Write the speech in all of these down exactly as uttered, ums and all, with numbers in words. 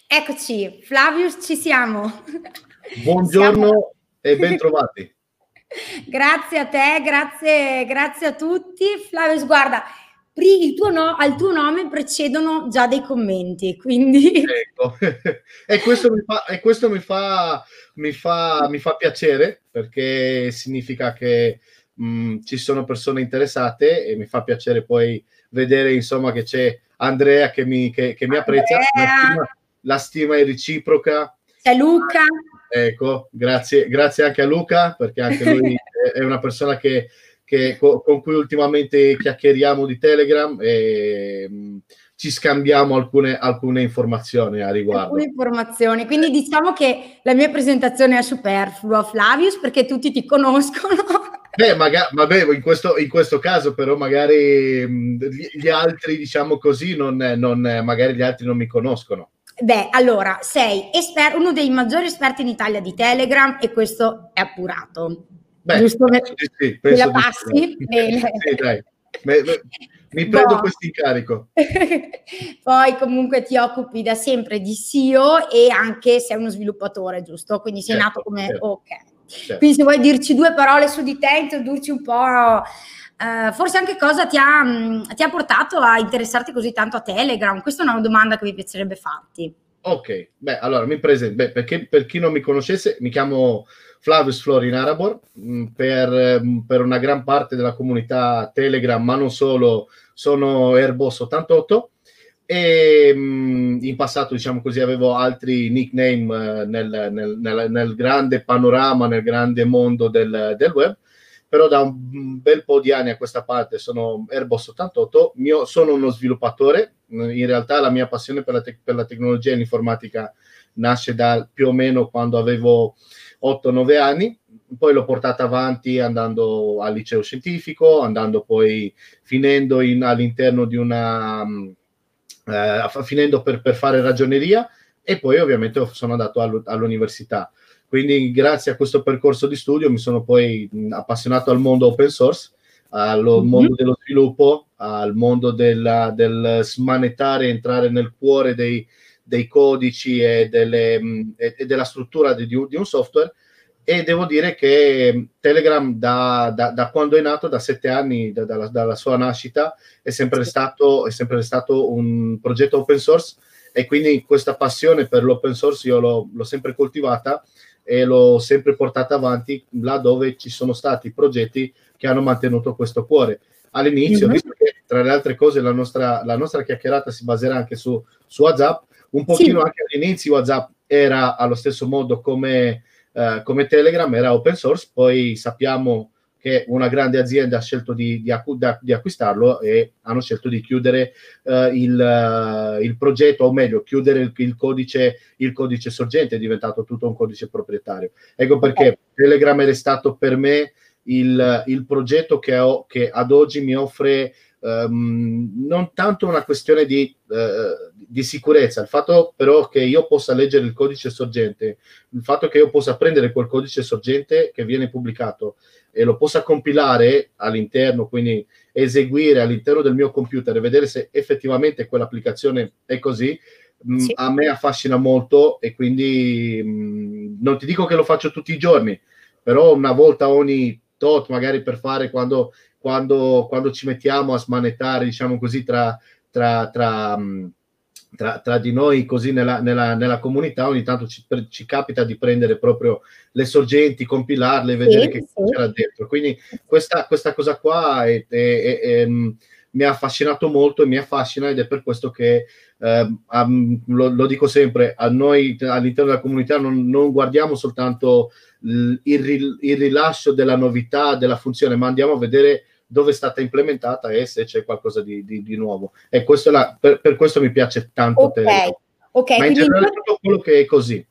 Eccoci, Flavius, ci siamo. Buongiorno Siamo... e bentrovati. Grazie a te, grazie, grazie a tutti. Flavius, guarda, il tuo no, al tuo nome precedono già dei commenti, quindi... Ecco, e questo mi fa, e questo mi fa, mi fa, mi fa piacere, perché significa che mh, ci sono persone interessate e mi fa piacere poi vedere, insomma, che c'è Andrea che mi, che, che mi apprezza. La stima, la stima è reciproca. C'è Luca. Ecco, grazie, grazie anche a Luca, perché anche lui è una persona che, che, con cui ultimamente chiacchieriamo di Telegram e mh, ci scambiamo alcune, alcune informazioni a riguardo. Alcune informazioni, quindi diciamo che la mia presentazione è superflua, Flavius, perché tutti ti conoscono. Beh, magari, vabbè, in questo, in questo caso però magari mh, gli altri, diciamo così, non, non, magari gli altri non mi conoscono. Beh, allora, sei esper- uno dei maggiori esperti in Italia di Telegram e questo è appurato. Beh, giusto? Penso di sì, Me la penso passi? Di sì. Bene. Sì, dai. Me, me, mi prendo no. questo incarico. Poi comunque ti occupi da sempre di S E O e anche sei uno sviluppatore, giusto? Quindi sei certo, nato come... Certo, ok. certo. Quindi se vuoi dirci due parole su di te, introdurci un po'... Uh, forse anche cosa ti ha, mh, ti ha portato a interessarti così tanto a Telegram? Questa è una domanda che mi piacerebbe farti. Ok, beh, allora mi presento. Beh, perché, per chi non mi conoscesse, mi chiamo Flavius Florin Arabor, mh, per, mh, per una gran parte della comunità Telegram, ma non solo, sono Airboss ottantotto e mh, in passato, diciamo così, avevo altri nickname uh, nel, nel, nel, nel grande panorama, nel grande mondo del, del web. Però da un bel po' di anni a questa parte sono Airboss ottantotto, mio, sono uno sviluppatore, in realtà la mia passione per la, te- per la tecnologia e l'informatica nasce da più o meno quando avevo otto nove anni, poi l'ho portata avanti andando al liceo scientifico, andando poi finendo in, all'interno di una... Eh, finendo per, per fare ragioneria e poi ovviamente sono andato all- all'università. Quindi grazie a questo percorso di studio mi sono poi mh, appassionato al mondo open source, al mm-hmm. mondo dello sviluppo, al mondo della, del smanettare, entrare nel cuore dei, dei codici e, delle, mh, e della struttura di, di un software. E devo dire che Telegram da, da, da quando è nato, da sette anni, da, dalla, dalla sua nascita, è sempre, stato, è sempre stato un progetto open source e quindi questa passione per l'open source io l'ho, l'ho sempre coltivata e l'ho sempre portata avanti là dove ci sono stati progetti che hanno mantenuto questo cuore. All'inizio, mm-hmm. visto che tra le altre cose la nostra, la nostra chiacchierata si baserà anche su, su WhatsApp, un pochino sì. Anche all'inizio WhatsApp era allo stesso modo come, uh, come Telegram, era open source, poi sappiamo che una grande azienda ha scelto di, di, di acquistarlo e hanno scelto di chiudere uh, il, uh, il progetto, o meglio, chiudere il, il, codice, il codice sorgente, è diventato tutto un codice proprietario. Ecco perché okay. Telegram è stato per me il, il progetto che, ho, che ad oggi mi offre um, non tanto una questione di, uh, di sicurezza, il fatto però che io possa leggere il codice sorgente, il fatto che io possa prendere quel codice sorgente che viene pubblicato e lo possa compilare all'interno, quindi eseguire all'interno del mio computer e vedere se effettivamente quell'applicazione è così, sì. mh, a me affascina molto e quindi mh, non ti dico che lo faccio tutti i giorni, però una volta ogni tot, magari per fare quando, quando, quando ci mettiamo a smanettare, diciamo così, tra... tra, tra mh, Tra, tra di noi così nella, nella, nella comunità ogni tanto ci, ci capita di prendere proprio le sorgenti, compilarle e vedere sì, che sì. c'era dentro, quindi questa, questa cosa qua è, è, è, è, mi ha affascinato molto e mi affascina ed è per questo che eh, um, lo, lo dico sempre, a noi all'interno della comunità non, non guardiamo soltanto il, il, il rilascio della novità, della funzione, ma andiamo a vedere dove è stata implementata e se c'è qualcosa di, di, di nuovo. E questo è la, per, per questo mi piace tanto okay. Telegram. Okay, ma in generale in tutto quello che è così.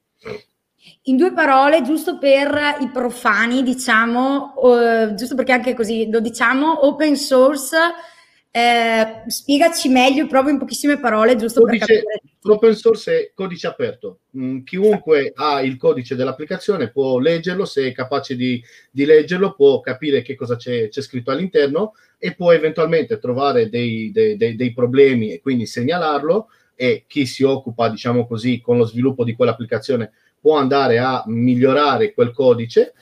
In due parole, giusto per i profani, diciamo, uh, giusto perché anche così lo diciamo, open source, eh, spiegaci meglio, proprio in pochissime parole, giusto codice, per capire. L'open source è codice aperto. Mm, chiunque ha il codice dell'applicazione può leggerlo, se è capace di, di leggerlo può capire che cosa c'è, c'è scritto all'interno e può eventualmente trovare dei, dei, dei, dei problemi e quindi segnalarlo e chi si occupa, diciamo così, con lo sviluppo di quell'applicazione può andare a migliorare quel codice.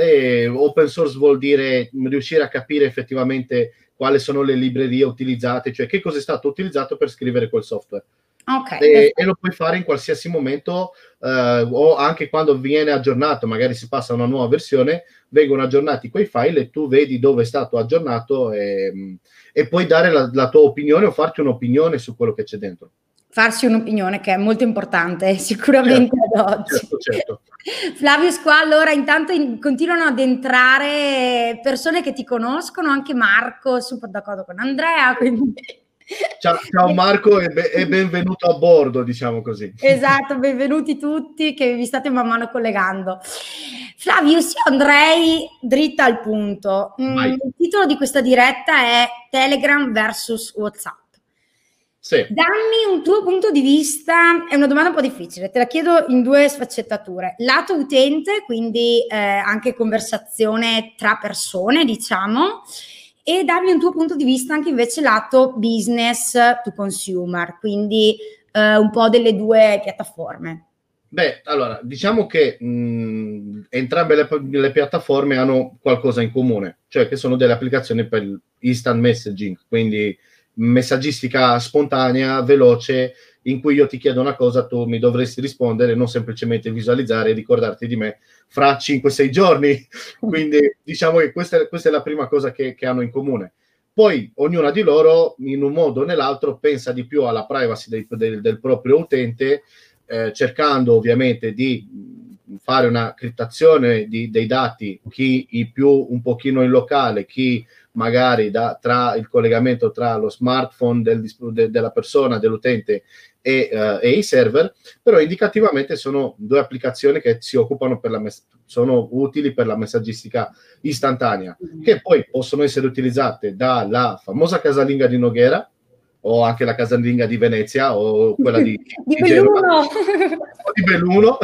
E open source vuol dire riuscire a capire effettivamente quali sono le librerie utilizzate, cioè che cosa è stato utilizzato per scrivere quel software. Okay, e, e lo puoi fare in qualsiasi momento, eh, o anche quando viene aggiornato, magari si passa a una nuova versione, vengono aggiornati quei file e tu vedi dove è stato aggiornato e, e puoi dare la, la tua opinione o farti un'opinione su quello che c'è dentro. Farsi un'opinione, che è molto importante sicuramente certo, ad oggi. Certo, certo. Flavius, qua allora intanto in, continuano ad entrare persone che ti conoscono, anche Marco, super d'accordo con Andrea, quindi... Ciao, ciao Marco e, be- e benvenuto a bordo, diciamo così. Esatto, benvenuti tutti che vi state man mano collegando. Flavius, io andrei dritta al punto. Mm, il titolo di questa diretta è Telegram versus WhatsApp. Sì. Dammi un tuo punto di vista, è una domanda un po' difficile, te la chiedo in due sfaccettature. Lato utente, quindi eh, anche conversazione tra persone, diciamo, e darmi un tuo punto di vista anche invece lato business to consumer, quindi eh, un po' delle due piattaforme. Beh, allora, diciamo che mh, entrambe le, le piattaforme hanno qualcosa in comune, cioè che sono delle applicazioni per instant messaging, quindi messaggistica spontanea, veloce, in cui io ti chiedo una cosa, tu mi dovresti rispondere, non semplicemente visualizzare e ricordarti di me fra cinque sei giorni. Quindi diciamo che questa, questa è la prima cosa che, che hanno in comune. Poi ognuna di loro, in un modo o nell'altro, pensa di più alla privacy del, del, del proprio utente, eh, cercando ovviamente di fare una criptazione di, dei dati, chi i più un pochino in locale, chi magari da, tra il collegamento tra lo smartphone del, de, della persona, dell'utente e, uh, e i server, però indicativamente sono due applicazioni che si occupano per la sono utili per la messaggistica istantanea, mm-hmm. che poi possono essere utilizzate dalla famosa casalinga di Noghera o anche la casalinga di Venezia o quella di, di, di Belluno o di Belluno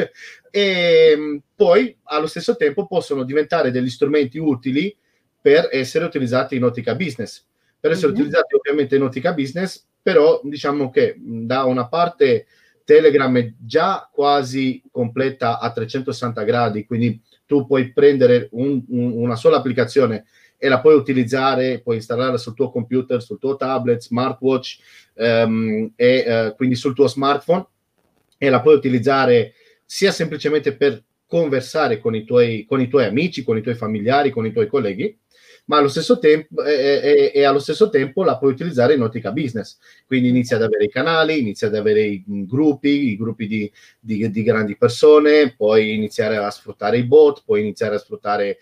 e poi allo stesso tempo possono diventare degli strumenti utili per essere utilizzati in ottica business, per essere mm-hmm. utilizzati ovviamente in ottica business, però diciamo che da una parte Telegram è già quasi completa a trecentosessanta gradi, quindi tu puoi prendere un, un, una sola applicazione e la puoi utilizzare, puoi installarla sul tuo computer, sul tuo tablet, smartwatch um, e uh, quindi sul tuo smartphone, e la puoi utilizzare sia semplicemente per conversare con i tuoi, con i tuoi amici, con i tuoi familiari, con i tuoi colleghi, ma allo stesso tempo e, e, e allo stesso tempo la puoi utilizzare in ottica business. Quindi inizia ad avere i canali, inizia ad avere i gruppi, i gruppi di, di, di grandi persone, puoi iniziare a sfruttare i bot, puoi iniziare a sfruttare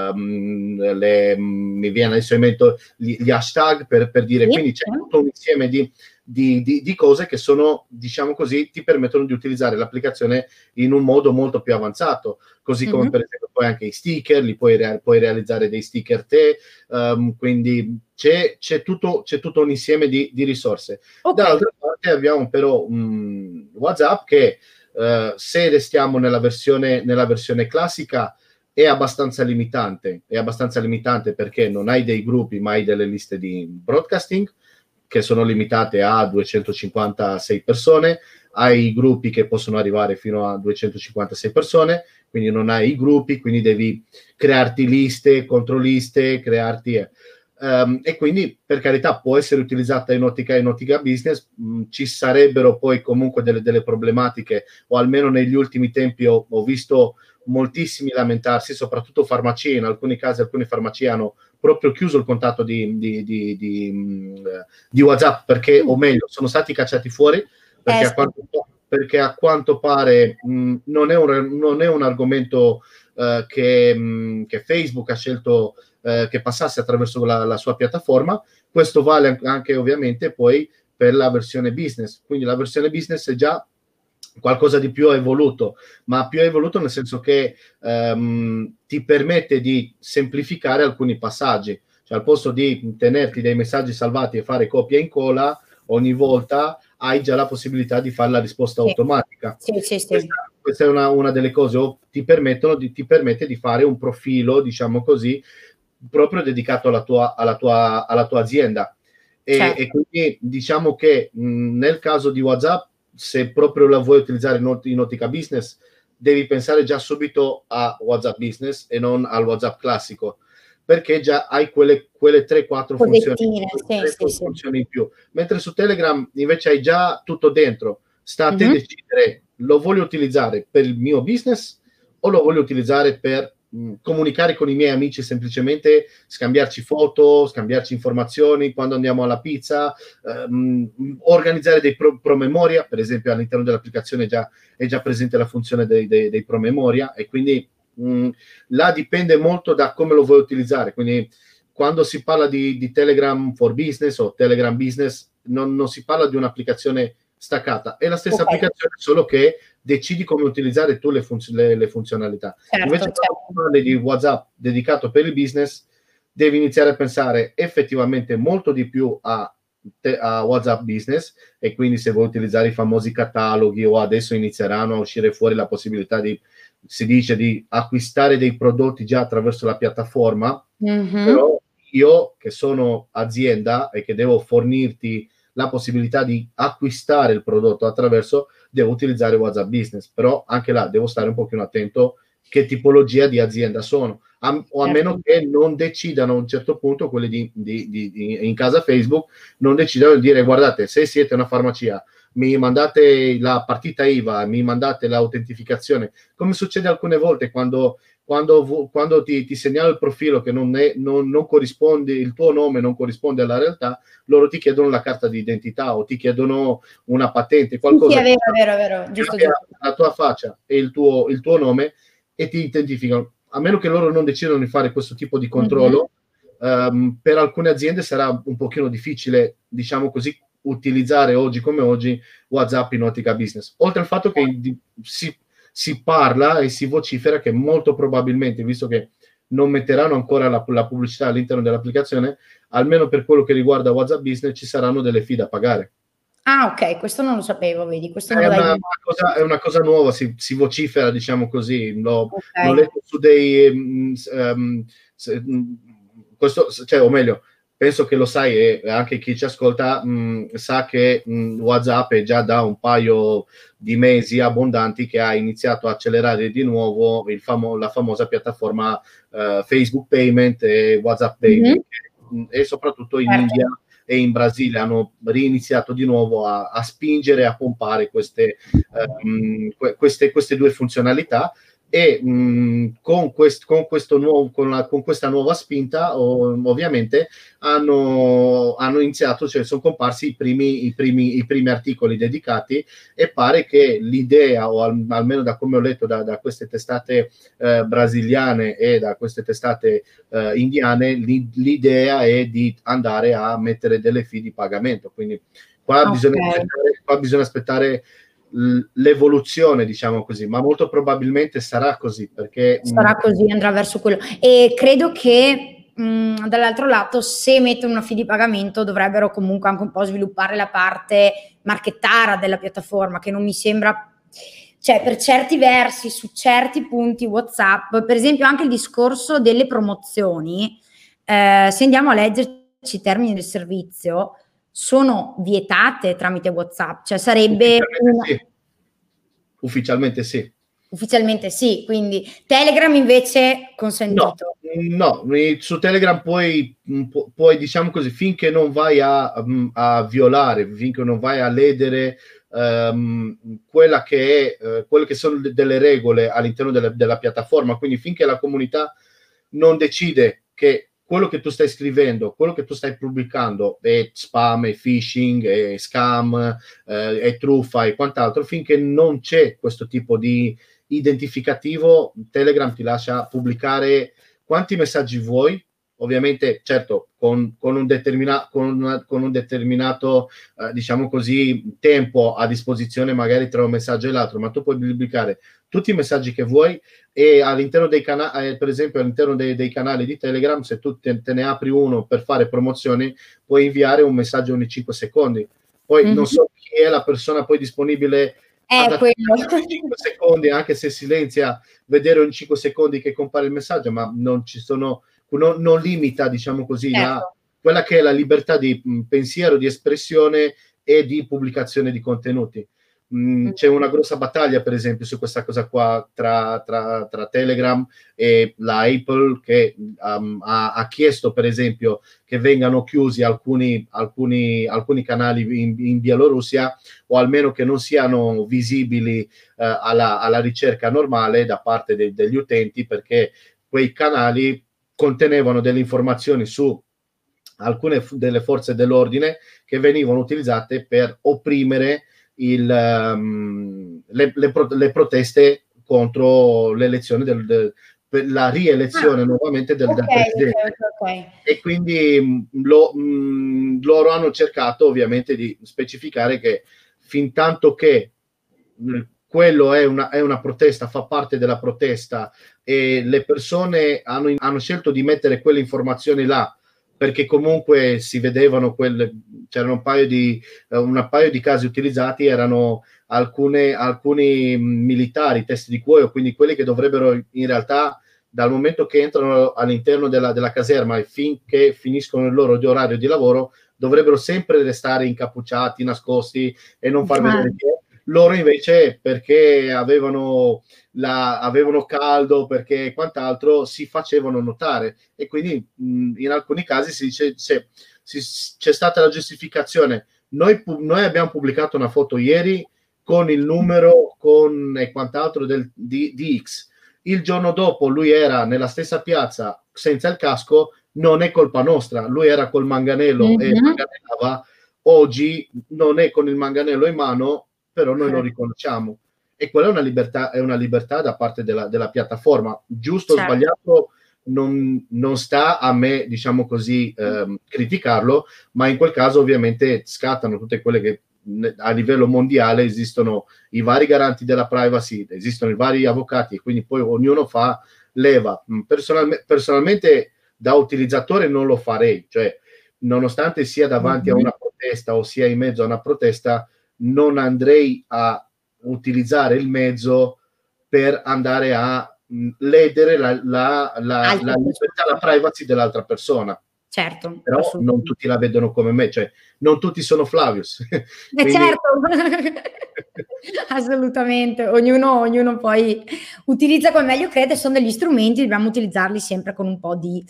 um, le, mi viene adesso in mente gli, gli hashtag per, per dire, quindi c'è tutto un insieme di Di, di, di cose che sono, diciamo così, ti permettono di utilizzare l'applicazione in un modo molto più avanzato, così come mm-hmm. per esempio poi anche i sticker, li puoi, rea- puoi realizzare dei sticker te, um, quindi c'è, c'è, tutto, c'è tutto un insieme di, di risorse. Okay. Dall'altra parte abbiamo però um, WhatsApp che uh, se restiamo nella versione, nella versione classica è abbastanza limitante, è abbastanza limitante perché non hai dei gruppi ma hai delle liste di broadcasting che sono limitate a duecentocinquantasei persone, hai gruppi che possono arrivare fino a duecentocinquantasei persone, quindi non hai i gruppi, quindi devi crearti liste, controliste, crearti... Eh. Um, e quindi, per carità, può essere utilizzata in ottica in ottica business, mh, ci sarebbero poi comunque delle, delle problematiche, o almeno negli ultimi tempi ho, ho visto moltissimi lamentarsi, soprattutto farmacie, in alcuni casi alcune farmacie hanno proprio chiuso il contatto di, di, di, di, di WhatsApp perché, o meglio, sono stati cacciati fuori perché, eh, a, quanto, perché a quanto pare mh, non, è un, non è un argomento uh, che, mh, che Facebook ha scelto uh, che passasse attraverso la, la sua piattaforma. Questo vale anche ovviamente poi per la versione business, quindi la versione business è già qualcosa di più evoluto, ma più evoluto nel senso che um, ti permette di semplificare alcuni passaggi, cioè al posto di tenerti dei messaggi salvati e fare copia e incolla ogni volta hai già la possibilità di fare la risposta sì. automatica. Sì, sì, sì. Questa, questa è una, una delle cose, o ti permettono di, ti permette di fare un profilo, diciamo così, proprio dedicato alla tua, alla tua, alla tua azienda. E, certo. e quindi diciamo che mh, nel caso di WhatsApp, se proprio la vuoi utilizzare in, in ottica business, devi pensare già subito a WhatsApp Business e non al WhatsApp classico, perché già hai quelle, quelle tre quattro funzioni, Sì, sì, sì. funzioni in più. Mentre su Telegram invece hai già tutto dentro. Sta a te Mm-hmm. decidere: lo voglio utilizzare per il mio business o lo voglio utilizzare per mh, comunicare con i miei amici, semplicemente scambiarci foto, scambiarci informazioni quando andiamo alla pizza, ehm, organizzare dei pro- promemoria, per esempio all'interno dell'applicazione già, è già presente la funzione dei, dei, dei promemoria, e quindi mh, là dipende molto da come lo vuoi utilizzare. Quindi quando si parla di, di Telegram for Business o Telegram Business, non, non si parla di un'applicazione staccata, è la stessa Okay. applicazione, solo che decidi come utilizzare tu le, funz- le, le funzionalità. Certo, Invece certo. quando parli di WhatsApp dedicato per il business, devi iniziare a pensare effettivamente molto di più a, te, a WhatsApp Business, e quindi se vuoi utilizzare i famosi cataloghi, o adesso inizieranno a uscire fuori la possibilità di, si dice, di acquistare dei prodotti già attraverso la piattaforma. Mm-hmm. Però io, che sono azienda e che devo fornirti la possibilità di acquistare il prodotto attraverso, devo utilizzare WhatsApp Business, però anche là devo stare un pochino attento che tipologia di azienda sono, a, o a Certo. meno che non decidano a un certo punto, quelli di, di, di, di, in casa Facebook, non decidano di dire: guardate, se siete una farmacia, mi mandate la partita I V A, mi mandate l'autentificazione, come succede alcune volte quando Quando, quando ti, ti segnala il profilo che non, è, non, non corrisponde, il tuo nome non corrisponde alla realtà, loro ti chiedono la carta di identità o ti chiedono una patente, qualcosa sì, sì, è che, vero, è vero, è vero. Giusto, che giusto. ha la tua faccia e il tuo, il tuo nome, e ti identificano. A meno che loro non decidano di fare questo tipo di controllo, mm-hmm. um, per alcune aziende sarà un pochino difficile, diciamo così, utilizzare oggi come oggi WhatsApp in ottica business. Oltre al fatto che di, si si parla e si vocifera che molto probabilmente, visto che non metteranno ancora la, la pubblicità all'interno dell'applicazione, almeno per quello che riguarda WhatsApp Business, ci saranno delle fee da pagare. Ah, ok, questo non lo sapevo, vedi, questo me È lo dai una, di una cosa, è una cosa nuova, si, si vocifera, diciamo così. L'ho, okay. l'ho letto su dei... Um, se, questo, cioè, o meglio, penso che lo sai, e anche chi ci ascolta mh, sa che mh, WhatsApp è già da un paio di mesi abbondanti che ha iniziato a accelerare di nuovo il famo- la famosa piattaforma uh, Facebook Payment e WhatsApp Payment, mm-hmm. e soprattutto in certo. India e in Brasile hanno riniziato di nuovo a, a spingere, a pompare queste, um, queste, queste due funzionalità. E mh, con, quest, con, questo nuovo, con, la, con questa nuova spinta o, ovviamente hanno, hanno iniziato, cioè sono comparsi i primi, i, primi, i primi articoli dedicati, e pare che l'idea, o al, almeno da come ho letto da, da queste testate eh, brasiliane e da queste testate eh, indiane, l'idea è di andare a mettere delle fee di pagamento. Quindi qua, okay. bisogna, aspettare, qua bisogna aspettare l'evoluzione, diciamo così, ma molto probabilmente sarà così, perché sarà mh, così, andrà verso quello. E credo che mh, dall'altro lato, se mettono una fee di pagamento, dovrebbero comunque anche un po' sviluppare la parte marchettara della piattaforma, che non mi sembra, cioè per certi versi, su certi punti WhatsApp, per esempio anche il discorso delle promozioni, eh, se andiamo a leggerci i termini del servizio, sono vietate tramite WhatsApp, cioè sarebbe ufficialmente, una... sì. ufficialmente sì. Ufficialmente sì, quindi Telegram invece consentito. No, no, su Telegram puoi, pu- puoi, diciamo così, finché non vai a, a violare, finché non vai a ledere um, quella che è, uh, quelle che sono delle regole all'interno della, della piattaforma, quindi finché la comunità non decide che quello che tu stai scrivendo, quello che tu stai pubblicando è spam, è phishing, è scam, eh, è truffa e quant'altro, finché non c'è questo tipo di identificativo, Telegram ti lascia pubblicare quanti messaggi vuoi, ovviamente, certo, con, con, un, determina- con, una, con un determinato, eh, diciamo così, tempo a disposizione, magari tra un messaggio e l'altro, ma tu puoi pubblicare tutti i messaggi che vuoi, e all'interno dei canali, eh, per esempio all'interno dei, dei canali di Telegram, se tu te, te ne apri uno per fare promozioni, puoi inviare un messaggio ogni cinque secondi. Poi mm-hmm. non so chi è la persona poi disponibile ad cinque secondi, anche se silenzia, vedere in cinque secondi che compare il messaggio, ma non ci sono, non, non limita, diciamo così, certo. la, quella che è la libertà di mh, pensiero, di espressione e di pubblicazione di contenuti. Mm, c'è una grossa battaglia, per esempio, su questa cosa qua tra, tra, tra Telegram e la Apple, che um, ha, ha chiesto, per esempio, che vengano chiusi alcuni, alcuni, alcuni canali in, in Bielorussia, o almeno che non siano visibili uh, alla, alla ricerca normale da parte de, degli utenti, perché quei canali contenevano delle informazioni su alcune delle forze dell'ordine che venivano utilizzate per opprimere il, um, le, le, pro, le proteste contro l'elezione del, del, per la rielezione ah, nuovamente del, okay, del presidente. Okay, okay. E quindi lo, mh, loro hanno cercato ovviamente di specificare che fin tanto che mh, quello è una, è una protesta, fa parte della protesta, e le persone hanno, hanno scelto di mettere quelle informazioni là perché comunque si vedevano quelle, c'erano un paio di, un paio di casi utilizzati, erano alcune, alcuni militari, testi di cuoio, quindi quelli che dovrebbero in realtà, dal momento che entrano all'interno della, della caserma e finché finiscono il loro orario di lavoro, dovrebbero sempre restare incappucciati, nascosti e non far vedere chi è. Loro invece, perché avevano, la, avevano caldo, perché quant'altro, si facevano notare, e quindi mh, in alcuni casi si dice, se, si, c'è stata la giustificazione, noi, noi abbiamo pubblicato una foto ieri con il numero con, e quant'altro del, di, di X, il giorno dopo lui era nella stessa piazza senza il casco, non è colpa nostra, lui era col manganello mm-hmm. e manganellava, oggi non è con il manganello in mano, però noi lo riconosciamo, e quella è una libertà, è una libertà da parte della, della piattaforma. Giusto o certo. sbagliato non, non sta a me, diciamo così, ehm, criticarlo, ma in quel caso ovviamente scattano tutte quelle che a livello mondiale esistono i vari garanti della privacy, esistono i vari avvocati, e quindi poi ognuno fa leva. Personalmente, personalmente da utilizzatore non lo farei, cioè nonostante sia davanti mm-hmm. a una protesta o sia in mezzo a una protesta, non andrei a utilizzare il mezzo per andare a mh, ledere la, la, la, la libertà, la privacy dell'altra persona. Certo. Però non tutti la vedono come me, cioè non tutti sono Flavius. Eh Quindi... certo, assolutamente, ognuno, ognuno poi utilizza come meglio crede, sono degli strumenti, dobbiamo utilizzarli sempre con un po' di,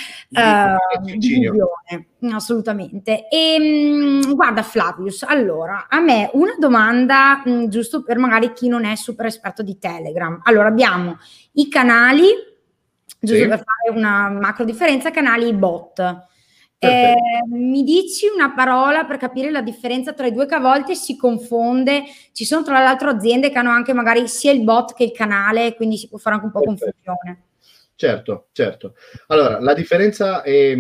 uh, di visione, assolutamente. E mh, guarda Flavius, allora, a me una domanda, mh, giusto per magari chi non è super esperto di Telegram. Allora, abbiamo i canali, giusto sì. per fare una macro differenza, canali bot. Eh, mi dici una parola per capire la differenza tra i due, che a volte si confonde, ci sono tra l'altro aziende che hanno anche magari sia il bot che il canale, quindi si può fare anche un po' Perfetto. confusione. Certo, certo. Allora, la differenza è,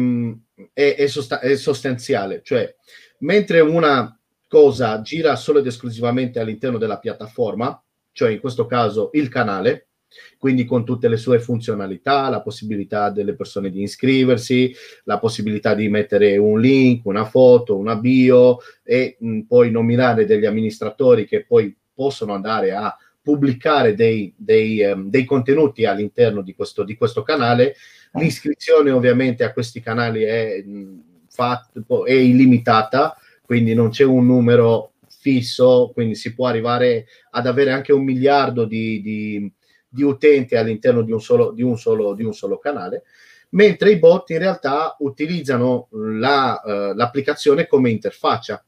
è, è, sost- è sostanziale, cioè mentre una cosa gira solo ed esclusivamente all'interno della piattaforma, cioè in questo caso il canale, quindi con tutte le sue funzionalità, la possibilità delle persone di iscriversi, la possibilità di mettere un link, una foto, una bio, e mh, poi nominare degli amministratori che poi possono andare a pubblicare dei, dei, um, dei contenuti all'interno di questo, di questo canale. L'iscrizione ovviamente a questi canali è, mh, fatto, è illimitata, quindi non c'è un numero fisso, quindi si può arrivare ad avere anche un miliardo di, di di utenti all'interno di un solo, di un solo, di un solo canale, mentre i bot in realtà utilizzano la, uh, l'applicazione come interfaccia.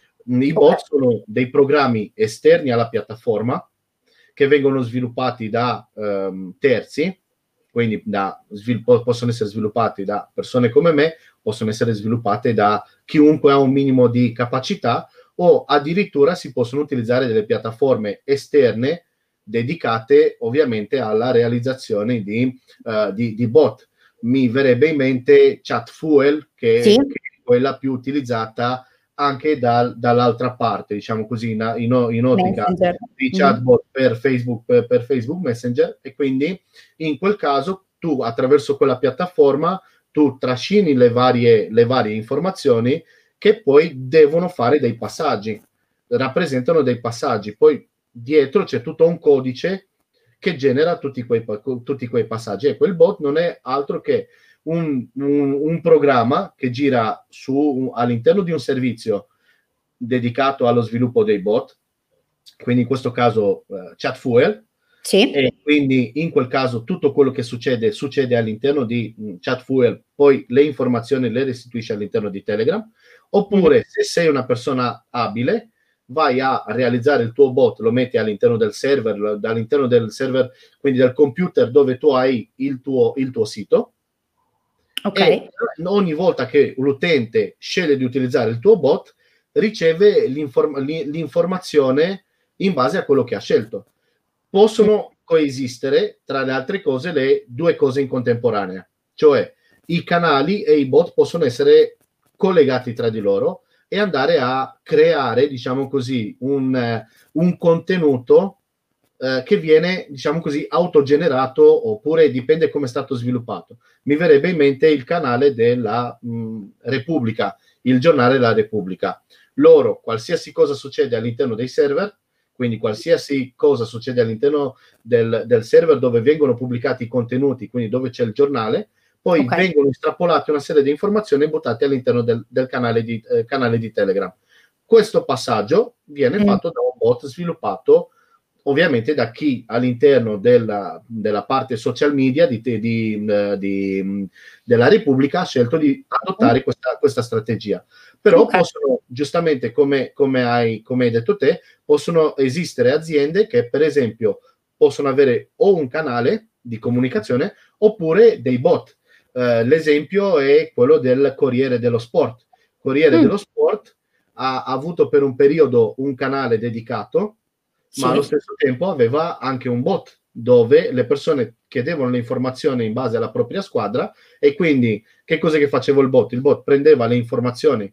I bot sono dei programmi esterni alla piattaforma che vengono sviluppati da um, terzi, quindi da, svilupp- possono essere sviluppati da persone come me, possono essere sviluppate da chiunque ha un minimo di capacità, o addirittura si possono utilizzare delle piattaforme esterne dedicate ovviamente alla realizzazione di, uh, di, di bot. Mi verrebbe in mente Chatfuel, che, sì. che è quella più utilizzata anche dal, dall'altra parte, diciamo così, in, in, in ottica Messenger. di chatbot mm. per Facebook, per, per Facebook Messenger, e quindi in quel caso tu attraverso quella piattaforma tu trascini le varie, le varie informazioni che poi devono fare dei passaggi, rappresentano dei passaggi, poi dietro c'è tutto un codice che genera tutti quei, tutti quei passaggi. E quel bot non è altro che un, un, un programma che gira su, all'interno di un servizio dedicato allo sviluppo dei bot, quindi in questo caso uh, Chatfuel, sì. E quindi in quel caso tutto quello che succede succede all'interno di mh, Chatfuel, poi le informazioni le restituisce all'interno di Telegram, oppure mm. se sei una persona abile vai a realizzare il tuo bot, lo metti all'interno del server, all'interno del server, quindi del computer dove tu hai il tuo, il tuo sito, okay. E ogni volta che l'utente sceglie di utilizzare il tuo bot riceve l'inform- l'informazione in base a quello che ha scelto. Possono coesistere, tra le altre cose, le due cose in contemporanea, cioè i canali e i bot possono essere collegati tra di loro e andare a creare, diciamo così, un, uh, un contenuto uh, che viene, diciamo così, autogenerato, oppure dipende come è stato sviluppato. Mi verrebbe in mente il canale della mh, Repubblica, il giornale La Repubblica. Loro, qualsiasi cosa succede all'interno dei server, quindi qualsiasi cosa succede all'interno del, del server dove vengono pubblicati i contenuti, quindi dove c'è il giornale, poi okay. vengono estrapolate una serie di informazioni e buttate all'interno del, del canale, di, eh, canale di Telegram. Questo passaggio viene mm. fatto da un bot sviluppato ovviamente da chi all'interno della, della parte social media di, di, di, di, della Repubblica ha scelto di adottare questa, questa strategia. Però okay. possono, giustamente come, come, hai, come hai detto te, possono esistere aziende che per esempio possono avere o un canale di comunicazione oppure dei bot. Uh, l'esempio è quello del Corriere dello Sport. Corriere mm. dello Sport ha, ha avuto per un periodo un canale dedicato, sì. ma allo stesso tempo aveva anche un bot dove le persone chiedevano le informazioni in base alla propria squadra, e quindi che cos'è che faceva il bot? Il bot prendeva le informazioni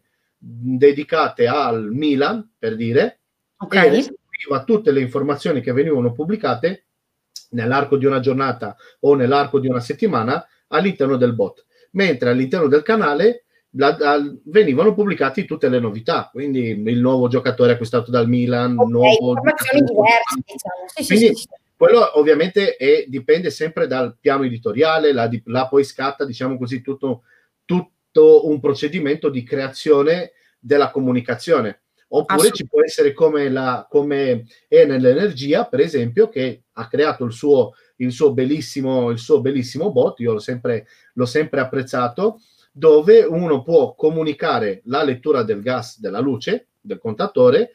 dedicate al Milan, per dire, okay. e restituiva tutte le informazioni che venivano pubblicate nell'arco di una giornata o nell'arco di una settimana all'interno del bot, mentre all'interno del canale la, la, venivano pubblicate tutte le novità, quindi il nuovo giocatore acquistato dal Milan, okay, nuovo informazioni diverse, diciamo. Sì, quindi, sì, sì, sì. Quello ovviamente è, dipende sempre dal piano editoriale, la, la poi scatta, diciamo così, tutto, tutto un procedimento di creazione della comunicazione. Oppure ci può essere come, la, come Enel Energia, per esempio, che ha creato il suo, il suo, bellissimo, il suo bellissimo bot, io l'ho sempre, l'ho sempre apprezzato, dove uno può comunicare la lettura del gas, della luce, del contatore,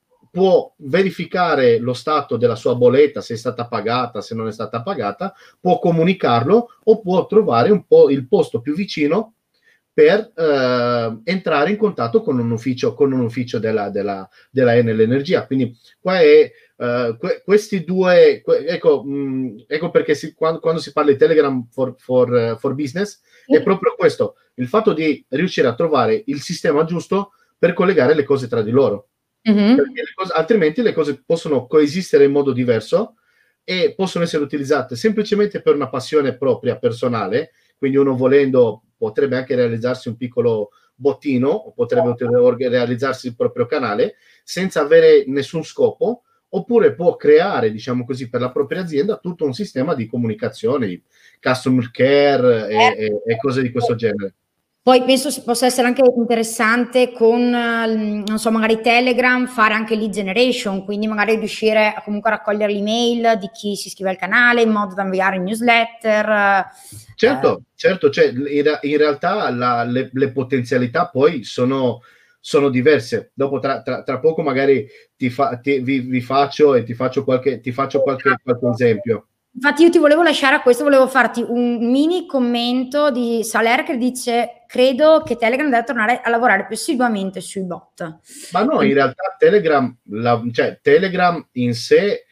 può verificare lo stato della sua bolletta, se è stata pagata, se non è stata pagata, può comunicarlo o può trovare un po' il posto più vicino per eh, entrare in contatto con un ufficio, con un ufficio della, della, della Enel Energia. Quindi qua è uh, que- questi due, que- ecco, mh, ecco perché si, quando, quando si parla di Telegram for, for, uh, for Business è proprio questo, il fatto di riuscire a trovare il sistema giusto per collegare le cose tra di loro. Mm-hmm. Perché le cose, altrimenti le cose possono coesistere in modo diverso e possono essere utilizzate semplicemente per una passione propria, personale, quindi uno volendo potrebbe anche realizzarsi un piccolo bottino o potrebbe realizzarsi il proprio canale senza avere nessun scopo, oppure può creare, diciamo così, per la propria azienda tutto un sistema di comunicazione, di customer care e, e, e cose di questo genere. Poi penso possa essere anche interessante con, non so, magari Telegram, fare anche lead generation, quindi magari riuscire a comunque a raccogliere l'email di chi si iscrive al canale in modo da inviare newsletter. Certo, eh. certo, cioè in, in realtà la, le, le potenzialità poi sono, sono diverse. Dopo tra, tra, tra poco magari ti fa, ti, vi, vi faccio e ti faccio qualche, ti faccio qualche, qualche esempio. Infatti io ti volevo lasciare a questo, volevo farti un mini commento di Saler che dice: credo che Telegram deve tornare a lavorare più assiduamente sui bot. Ma no, in realtà Telegram, la, cioè Telegram in sé,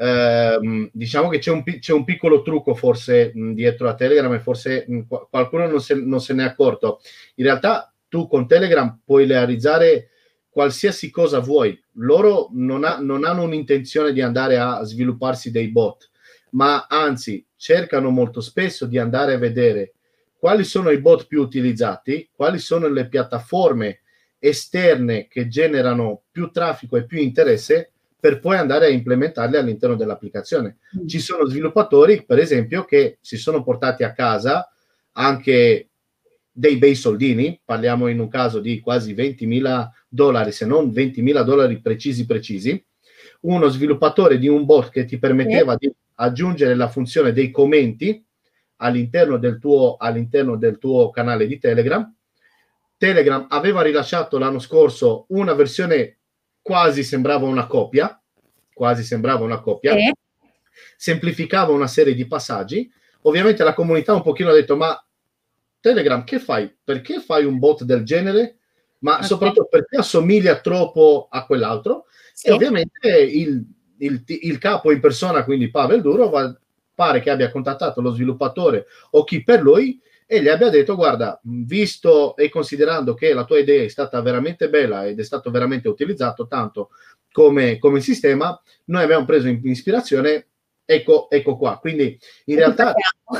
ehm, diciamo che c'è un, c'è un piccolo trucco forse mh, dietro a Telegram, e forse mh, qualcuno non se, non se ne è accorto. In realtà tu con Telegram puoi realizzare qualsiasi cosa vuoi. Loro non, ha, non hanno un'intenzione di andare a svilupparsi dei bot, ma anzi cercano molto spesso di andare a vedere quali sono i bot più utilizzati, quali sono le piattaforme esterne che generano più traffico e più interesse, per poi andare a implementarle all'interno dell'applicazione. Mm. Ci sono sviluppatori, per esempio, che si sono portati a casa anche dei bei soldini, parliamo in un caso di quasi ventimila dollari, se non ventimila dollari precisi precisi, uno sviluppatore di un bot che ti permetteva sì. di aggiungere la funzione dei commenti all'interno del tuo, all'interno del tuo canale di Telegram. Telegram aveva rilasciato l'anno scorso una versione quasi sembrava una copia, quasi sembrava una copia, sì. semplificava una serie di passaggi. Ovviamente la comunità un pochino ha detto, ma Telegram che fai? Perché fai un bot del genere? Ma okay. soprattutto perché assomiglia troppo a quell'altro? Sì. E ovviamente il, il, il capo in persona, quindi Pavel Durov, pare che abbia contattato lo sviluppatore o chi per lui e gli abbia detto, guarda, visto e considerando che la tua idea è stata veramente bella ed è stato veramente utilizzato tanto come, come sistema, noi abbiamo preso in ispirazione, ecco, ecco qua. Quindi in, realtà,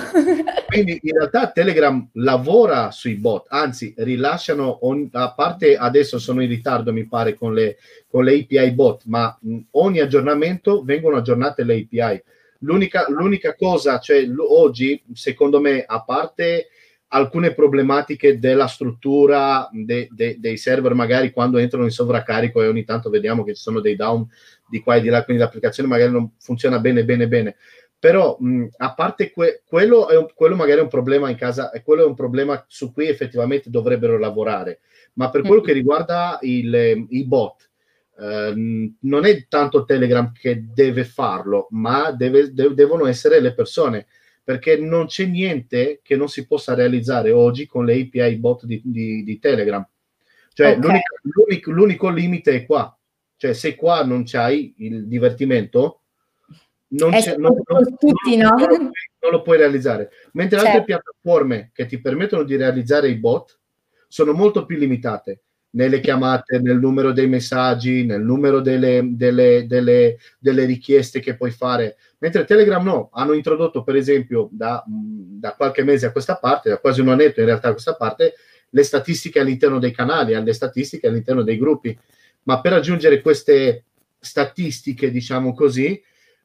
quindi in realtà Telegram lavora sui bot, anzi rilasciano, on, a parte adesso sono in ritardo mi pare con le, con le A P I bot, ma mh, ogni aggiornamento vengono aggiornate le A P I. L'unica, l'unica cosa, cioè oggi, secondo me, a parte alcune problematiche della struttura de, de, dei server, magari quando entrano in sovraccarico e ogni tanto vediamo che ci sono dei down di qua e di là, quindi l'applicazione magari non funziona bene, bene, bene. Però, mh, a parte que, quello, è un, quello magari è un problema in casa, e quello è un problema su cui effettivamente dovrebbero lavorare. Ma per quello che riguarda il, i bot, Uh, non è tanto Telegram che deve farlo, ma deve, de- devono essere le persone, perché non c'è niente che non si possa realizzare oggi con le A P I bot di, di, di Telegram. Cioè okay. l'unico, l'unico, l'unico limite è qua, cioè se qua non c'hai il divertimento non, c'è, non, non, tutti, non, no? non, lo puoi, non lo puoi realizzare, mentre certo. altre piattaforme che ti permettono di realizzare i bot sono molto più limitate nelle chiamate, nel numero dei messaggi, nel numero delle, delle, delle, delle richieste che puoi fare, mentre Telegram no, hanno introdotto per esempio da, da qualche mese a questa parte, da quasi un annetto in realtà a questa parte, le statistiche all'interno dei canali, le statistiche all'interno dei gruppi, ma per aggiungere queste statistiche, diciamo così,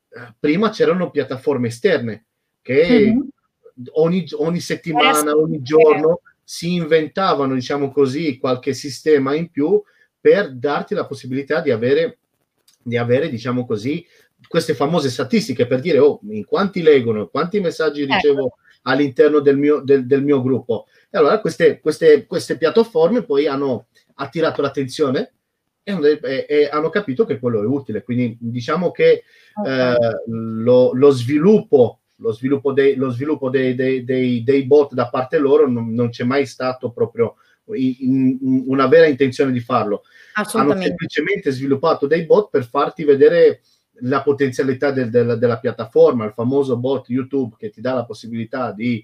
prima c'erano piattaforme esterne che mm-hmm. ogni, ogni settimana, ogni giorno si inventavano, diciamo così, qualche sistema in più per darti la possibilità di avere, di avere, diciamo così, queste famose statistiche per dire, oh, in quanti leggono, quanti messaggi ricevo ecco. all'interno del mio, del, del mio gruppo. E allora queste, queste, queste piattaforme poi hanno attirato l'attenzione e, e, e hanno capito che quello è utile. Quindi diciamo che okay. eh, lo, lo sviluppo lo sviluppo dei, lo sviluppo dei, dei, dei, dei bot da parte loro non, non c'è mai stato proprio in, in, una vera intenzione di farlo. Hanno semplicemente sviluppato dei bot per farti vedere la potenzialità del, del, della piattaforma, il famoso bot YouTube che ti dà la possibilità di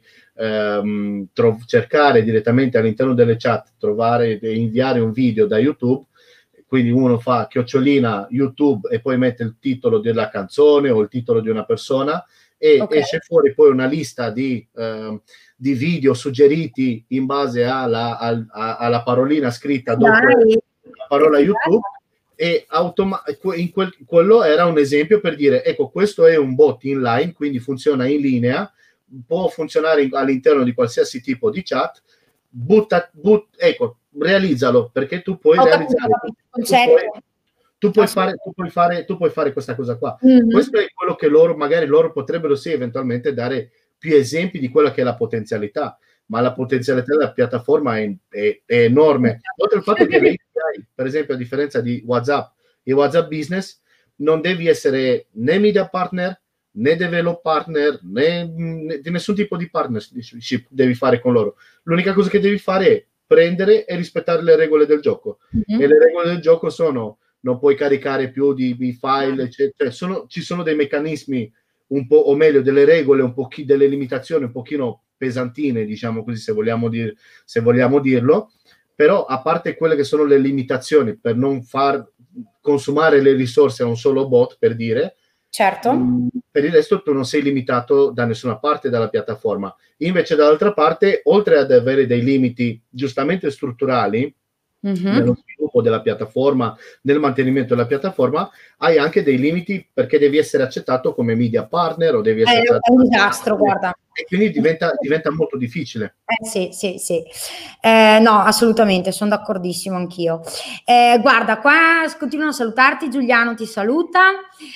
ehm, tro- cercare direttamente all'interno delle chat, trovare e inviare un video da YouTube. Quindi uno fa chiocciolina YouTube e poi mette il titolo della canzone o il titolo di una persona e okay. esce fuori poi una lista di, uh, di video suggeriti in base alla, alla, alla parolina scritta dopo Dai. la parola YouTube e automa- in quel, quello era un esempio per dire ecco questo è un bot inline, quindi funziona in linea, può funzionare in, all'interno di qualsiasi tipo di chat, butta, but, ecco, realizzalo perché tu puoi Ho realizzare tu puoi, Tu puoi, fare, tu, puoi fare, tu puoi fare questa cosa qua. Mm-hmm. Questo è quello che loro, magari loro potrebbero sì eventualmente dare più esempi di quella che è la potenzialità, ma la potenzialità della piattaforma è, è, è enorme. Oltre al fatto che le A P I, per esempio, a differenza di WhatsApp e WhatsApp Business, non devi essere né media partner, né develop partner, né, né di nessun tipo di partnership devi fare con loro. L'unica cosa che devi fare è prendere e rispettare le regole del gioco. Mm-hmm. E le regole del gioco sono non puoi caricare più di, di file, eccetera. Sono, ci sono dei meccanismi un po', o meglio, delle regole, un po' delle limitazioni un pochino pesantine, diciamo così, se vogliamo, dir, se vogliamo dirlo, però a parte quelle che sono le limitazioni per non far consumare le risorse a un solo bot, per dire, certo. mh, per il resto tu non sei limitato da nessuna parte dalla piattaforma. Invece dall'altra parte, oltre ad avere dei limiti giustamente strutturali, mm-hmm. nello sviluppo sviluppo della piattaforma, nel mantenimento della piattaforma, hai anche dei limiti perché devi essere accettato come media partner o devi essere È, accettato è un disastro, guarda. e quindi diventa, diventa molto difficile. Eh sì, sì, sì. Eh, no, assolutamente, sono d'accordissimo anch'io. Eh, guarda, qua continuano a salutarti, Giuliano ti saluta.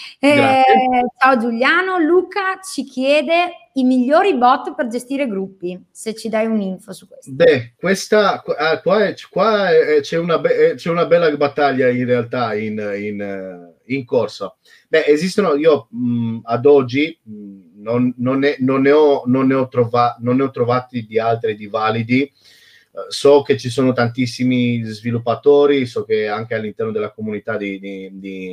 Eh, Grazie. ciao Giuliano, Luca ci chiede i migliori bot per gestire gruppi, se ci dai un'info su questo. Beh, questa qua, qua, è, qua è, c'è, una be- c'è una bella battaglia in realtà in, in, in corsa. Beh, esistono, io mh, ad oggi mh, non, non, ne, non, ne ho, non, ne ho trova, non ne ho trovati di altri di validi. Uh, so che ci sono tantissimi sviluppatori, so che anche all'interno della comunità di, di, di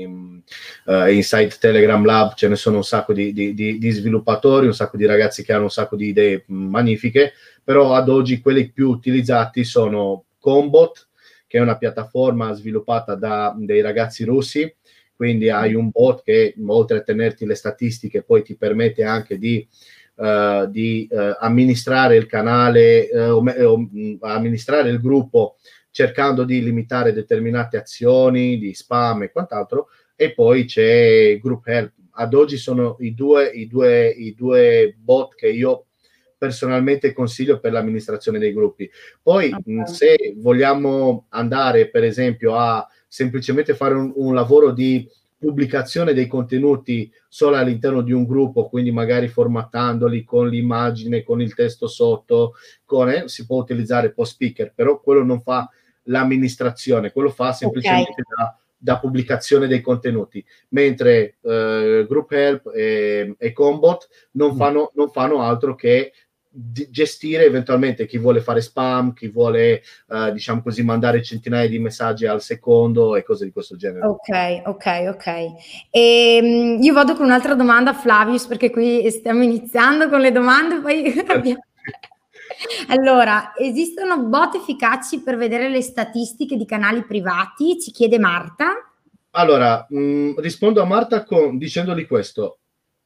uh, Inside Telegram Lab ce ne sono un sacco di, di, di, di sviluppatori, un sacco di ragazzi che hanno un sacco di idee mh, magnifiche, però ad oggi quelli più utilizzati sono Combot, che è una piattaforma sviluppata da dei ragazzi russi, quindi hai un bot che oltre a tenerti le statistiche poi ti permette anche di, uh, di uh, amministrare il canale uh, o, o amministrare il gruppo cercando di limitare determinate azioni di spam e quant'altro, e poi c'è Group Help. Ad oggi sono i due, i due, i due bot che io personalmente consiglio per l'amministrazione dei gruppi. Poi okay. mh, se vogliamo andare per esempio a semplicemente fare un, un lavoro di pubblicazione dei contenuti solo all'interno di un gruppo, quindi magari formattandoli con l'immagine, con il testo sotto, con, eh, si può utilizzare Post Speaker, però quello non fa l'amministrazione, quello fa semplicemente okay. da, da pubblicazione dei contenuti, mentre eh, Group Help e, e Combot non fanno, non fanno altro che gestire eventualmente chi vuole fare spam, chi vuole uh, diciamo così mandare centinaia di messaggi al secondo e cose di questo genere. Ok, ok, ok. E, um, io vado con un'altra domanda, Flavius, perché qui stiamo iniziando con le domande, poi abbiamo... Allora, esistono bot efficaci per vedere le statistiche di canali privati? Ci chiede Marta. Allora, mh, rispondo a Marta con, dicendogli questo.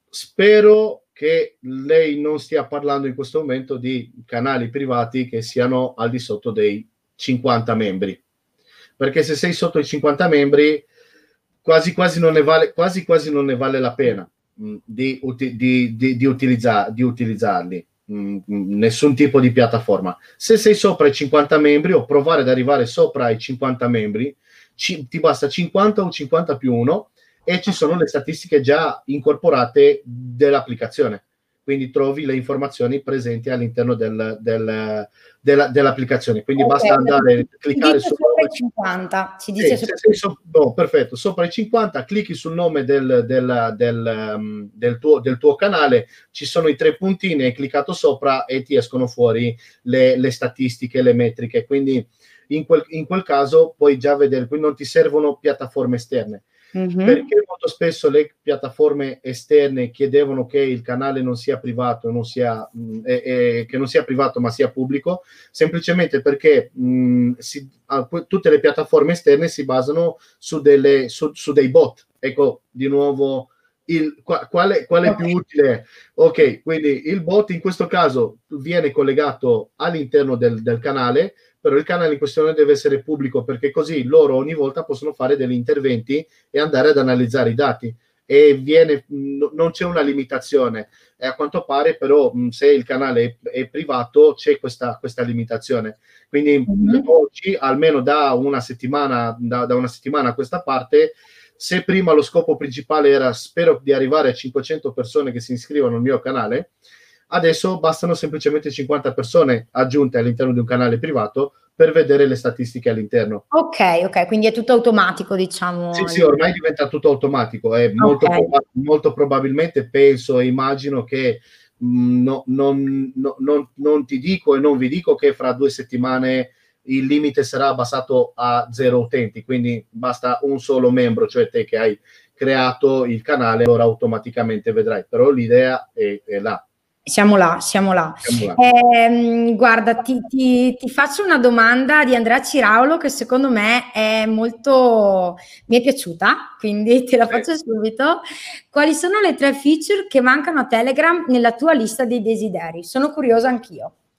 Spero che lei non stia parlando in questo momento di canali privati che siano al di sotto dei cinquanta membri, perché se sei sotto i cinquanta membri quasi quasi non ne vale, quasi quasi non ne vale la pena mh, di, di, di, di, utilizza, di utilizzarli, mh, nessun tipo di piattaforma. Se sei sopra i cinquanta membri o provare ad arrivare sopra i cinquanta membri, ci, ti basta cinquanta o cinquanta più uno e ci sono le statistiche già incorporate dell'applicazione, quindi trovi le informazioni presenti all'interno del, del, della, dell'applicazione, quindi okay, basta andare a cliccare sul nome i cinquanta, ci dice sì, sì, so, no, perfetto, sopra i cinquanta clicchi sul nome del, del, del, um, del, tuo, del tuo canale, ci sono i tre puntini, hai cliccato sopra e ti escono fuori le, le statistiche, le metriche, quindi in quel, in quel caso puoi già vedere, quindi non ti servono piattaforme esterne. Mm-hmm. Perché molto spesso le piattaforme esterne chiedevano che il canale non sia privato, non sia, mh, eh, eh, che non sia privato ma sia pubblico, semplicemente perché mh, si, ah, tutte le piattaforme esterne si basano su, delle, su, su dei bot. Ecco, di nuovo, il, quale, quale okay. più utile? Ok, quindi il bot in questo caso viene collegato all'interno del, del canale, però il canale in questione deve essere pubblico, perché così loro ogni volta possono fare degli interventi e andare ad analizzare i dati, e viene, n- non c'è una limitazione, e a quanto pare però mh, se il canale è, è privato c'è questa, questa limitazione, quindi mm-hmm. oggi almeno da una settimana da, da una settimana a questa parte, se prima lo scopo principale era spero di arrivare a cinquecento persone che si iscrivono al mio canale, adesso bastano semplicemente cinquanta persone aggiunte all'interno di un canale privato per vedere le statistiche all'interno. Ok, ok, quindi è tutto automatico, diciamo. Sì, sì, ormai diventa tutto automatico. È molto, okay. proba- molto probabilmente penso e immagino che mh, no, non, no, non, non ti dico e non vi dico che fra due settimane il limite sarà abbassato a zero utenti, quindi basta un solo membro, cioè te che hai creato il canale, allora automaticamente vedrai, però l'idea è, è là. Siamo là, siamo là. Siamo là. Eh, guarda, ti, ti, ti faccio una domanda di Andrea Ciraulo che secondo me è molto, mi è piaciuta, quindi te la faccio subito. Quali sono le tre feature che mancano a Telegram nella tua lista dei desideri? Sono curiosa anch'io.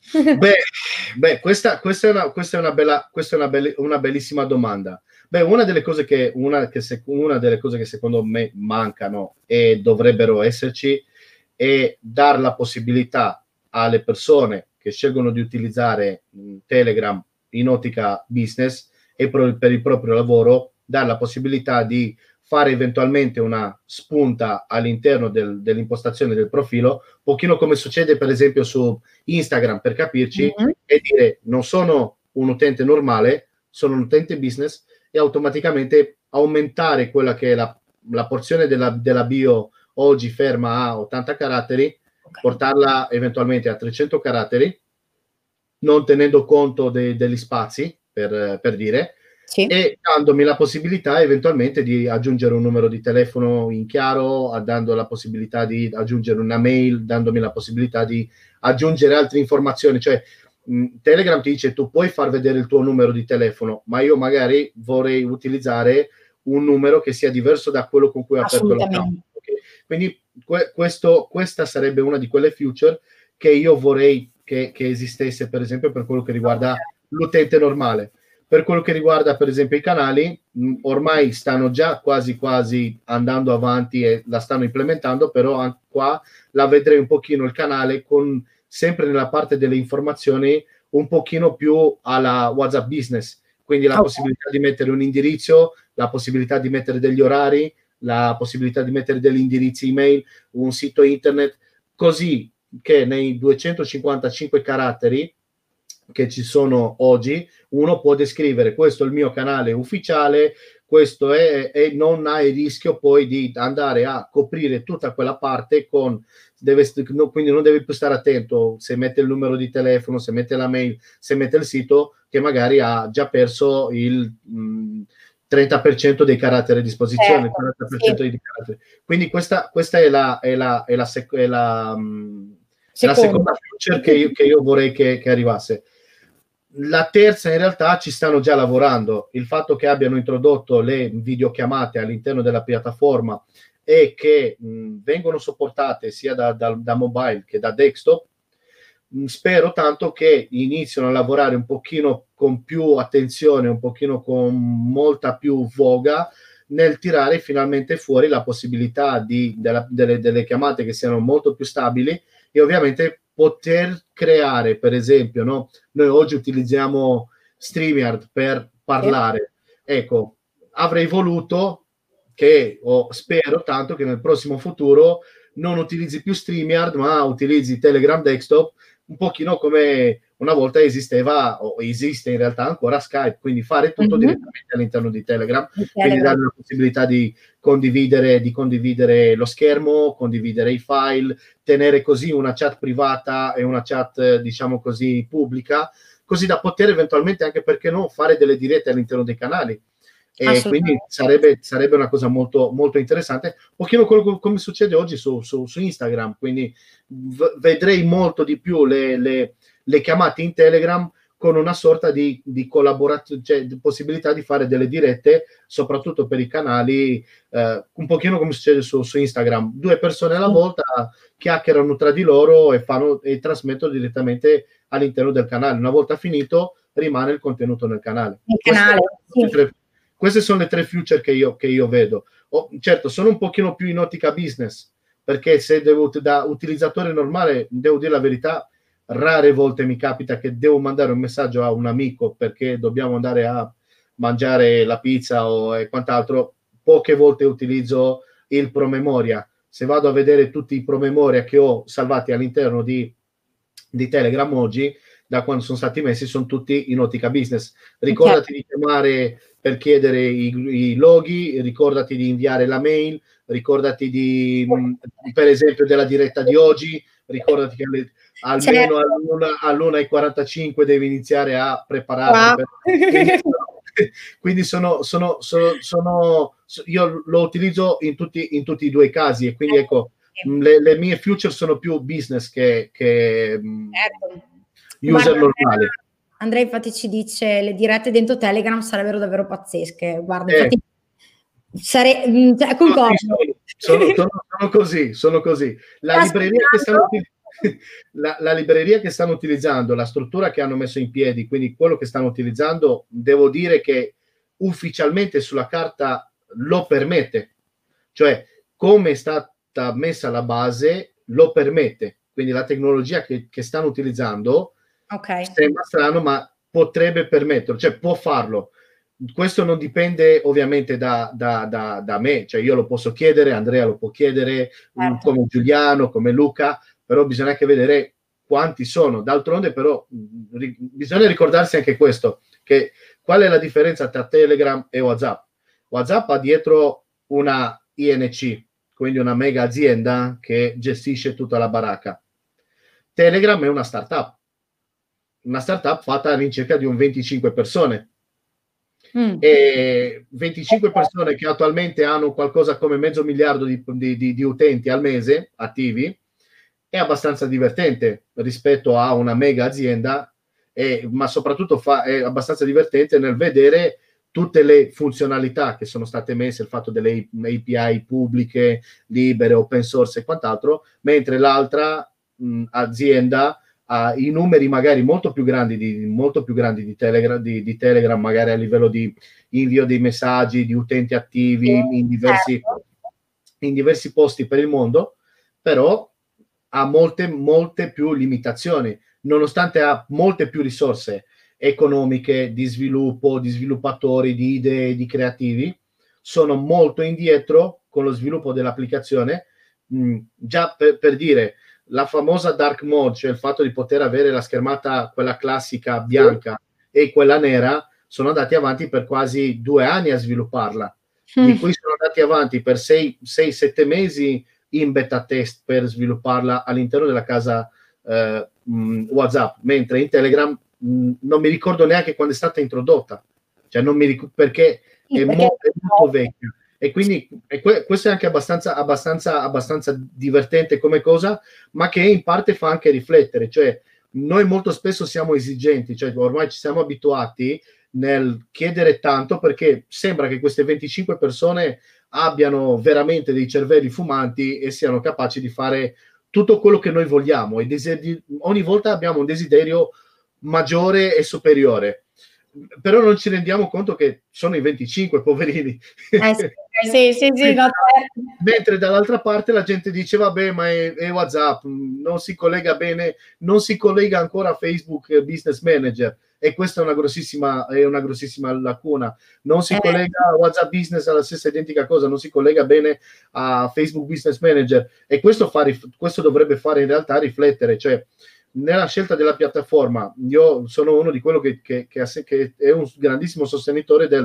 Beh, beh questa, questa, è una, questa è, una, bella, questa è una, belli, una bellissima domanda. Beh, una delle cose che, una, che se, una delle cose che secondo me mancano e dovrebbero esserci è dare la possibilità alle persone che scelgono di utilizzare Telegram in ottica business e per, per il proprio lavoro, dare la possibilità di fare eventualmente una spunta all'interno del, dell'impostazione del profilo, pochino come succede per esempio su Instagram, per capirci, mm-hmm. e dire non sono un utente normale, sono un utente business, e automaticamente aumentare quella che è la, la porzione della, della bio oggi ferma a ottanta caratteri, okay. portarla eventualmente a trecento caratteri, non tenendo conto de, degli spazi, per, per dire, sì. e dandomi la possibilità eventualmente di aggiungere un numero di telefono in chiaro, dando la possibilità di aggiungere una mail, dandomi la possibilità di aggiungere altre informazioni. Cioè mh, Telegram ti dice tu puoi far vedere il tuo numero di telefono, ma io magari vorrei utilizzare un numero che sia diverso da quello con cui ho aperto l'account. Okay? Quindi que- questo, questa sarebbe una di quelle feature che io vorrei che, che esistesse, per esempio, per quello che riguarda l'utente normale. Per quello che riguarda, per esempio, i canali, mh, ormai stanno già quasi quasi andando avanti e la stanno implementando, però anche qua la vedrei un pochino il canale con sempre nella parte delle informazioni un pochino più alla WhatsApp Business, quindi la okay. possibilità di mettere un indirizzo, la possibilità di mettere degli orari, la possibilità di mettere degli indirizzi email, un sito internet, così che nei duecentocinquantacinque caratteri che ci sono oggi, uno può descrivere questo è il mio canale ufficiale, questo è, e non hai il rischio poi di andare a coprire tutta quella parte con, deve, no, quindi non devi più stare attento se mette il numero di telefono, se mette la mail, se mette il sito, che magari ha già perso il mh, trenta per cento dei caratteri a disposizione, il quaranta per cento sì. dei caratteri. Quindi questa, questa è la, è la, è la, sec- è la, mh, è la seconda feature che io, che io vorrei che, che arrivasse. La terza in realtà ci stanno già lavorando, il fatto che abbiano introdotto le videochiamate all'interno della piattaforma e che mh, vengono sopportate sia da, da, da mobile che da desktop, mh, spero tanto che iniziano a lavorare un pochino con più attenzione, un pochino con molta più voga nel tirare finalmente fuori la possibilità di, della, delle, delle chiamate che siano molto più stabili e ovviamente poter creare, per esempio, no? Noi oggi utilizziamo StreamYard per parlare. Ecco, avrei voluto che, o spero tanto che nel prossimo futuro non utilizzi più StreamYard, ma utilizzi Telegram Desktop, un pochino come una volta esisteva, o esiste in realtà ancora Skype, quindi fare tutto mm-hmm. direttamente all'interno di Telegram, di Telegram, quindi dare la possibilità di condividere, di condividere lo schermo, condividere i file, tenere così una chat privata e una chat, diciamo così, pubblica, così da poter eventualmente anche, perché no, fare delle dirette all'interno dei canali. E quindi sarebbe, sarebbe una cosa molto, molto interessante, un pochino quello come succede oggi su, su, su Instagram, quindi v- vedrei molto di più le, le, le chiamate in Telegram con una sorta di, di collaborazione, cioè di possibilità di fare delle dirette, soprattutto per i canali, eh, un pochino come succede su, su Instagram, due persone alla volta chiacchierano tra di loro e, fanno, e trasmettono direttamente all'interno del canale, una volta finito rimane il contenuto nel canale. Il canale, sì. Queste sono le tre feature che io, che io vedo. Oh, certo, sono un pochino più in ottica business, perché se devo, da utilizzatore normale, devo dire la verità, rare volte mi capita che devo mandare un messaggio a un amico perché dobbiamo andare a mangiare la pizza o e quant'altro. Poche volte utilizzo il promemoria. Se vado a vedere tutti i promemoria che ho salvati all'interno di, di Telegram oggi, da quando sono stati messi, sono tutti in ottica business. Ricordati di chiamare per chiedere i, i loghi, ricordati di inviare la mail, ricordati di, mh, per esempio, della diretta di oggi, ricordati che alle, almeno all'una, all'una e quarantacinque devi iniziare a prepararti. Wow. Per, quindi, quindi sono, sono, sono, sono, io lo utilizzo in tutti, in tutti i due i casi e quindi ecco, le, le mie future sono più business che, che ecco. user normale. Andrea infatti ci dice le dirette dentro Telegram sarebbero davvero pazzesche. Guarda, infatti eh. sare... cioè, concordo. Sono, sono, sono, sono così, sono così. La libreria che stanno la, la libreria che stanno utilizzando, la struttura che hanno messo in piedi, quindi quello che stanno utilizzando, devo dire che ufficialmente sulla carta lo permette, cioè come è stata messa la base lo permette, quindi la tecnologia che, che stanno utilizzando okay. sembra strano ma potrebbe permetterlo, cioè può farlo. Questo non dipende ovviamente da, da, da, da me, cioè io lo posso chiedere, Andrea lo può chiedere, Certo. come Giuliano, come Luca, però bisogna anche vedere quanti sono. D'altronde però ri- bisogna ricordarsi anche questo, che qual è la differenza tra Telegram e WhatsApp? WhatsApp ha dietro una I N C, quindi una mega azienda che gestisce tutta la baracca. Telegram è una startup, una startup fatta all'incirca di un venticinque persone. Mm. E venticinque persone che attualmente hanno qualcosa come mezzo miliardo di, di, di, di utenti al mese attivi, è abbastanza divertente rispetto a una mega azienda, e, ma soprattutto fa, è abbastanza divertente nel vedere tutte le funzionalità che sono state messe, il fatto delle A P I pubbliche, libere, open source e quant'altro, mentre l'altra mh, azienda ha i numeri magari molto più grandi di, molto più grandi di Telegram, di, di Telegram, magari a livello di invio dei messaggi, di utenti attivi sì, in, diversi, certo. in diversi posti per il mondo, però ha molte, molte più limitazioni, nonostante ha molte più risorse economiche, di sviluppo, di sviluppatori, di idee, di creativi, sono molto indietro con lo sviluppo dell'applicazione. Mh, già per, per dire, la famosa dark mode, cioè il fatto di poter avere la schermata, quella classica bianca sì. e quella nera, sono andati avanti per quasi due anni a svilupparla, mm. di cui sono andati avanti per sei sette mesi in beta test per svilupparla all'interno della casa eh, mh, WhatsApp, mentre in Telegram mh, non mi ricordo neanche quando è stata introdotta, cioè non mi ricordo perché, sì, è, perché... Mo- è molto vecchia. E quindi e que- questo è anche abbastanza, abbastanza, abbastanza divertente come cosa, ma che in parte fa anche riflettere. Cioè, noi molto spesso siamo esigenti, cioè ormai ci siamo abituati nel chiedere tanto, perché sembra che queste venticinque persone abbiano veramente dei cervelli fumanti e siano capaci di fare tutto quello che noi vogliamo. E desideri- ogni volta abbiamo un desiderio maggiore e superiore. Però non ci rendiamo conto che sono i venticinque poverini. Eh sì, sì, sì, sì, no, mentre dall'altra parte la gente dice vabbè, ma è, è WhatsApp, non si collega bene, non si collega ancora a Facebook Business Manager, e questa è una grossissima, è una grossissima lacuna. Non si eh. collega a WhatsApp Business alla stessa identica cosa, non si collega bene a Facebook Business Manager, e questo, fa, questo dovrebbe fare in realtà riflettere, cioè nella scelta della piattaforma. Io sono uno di quello che, che, che, che è un grandissimo sostenitore del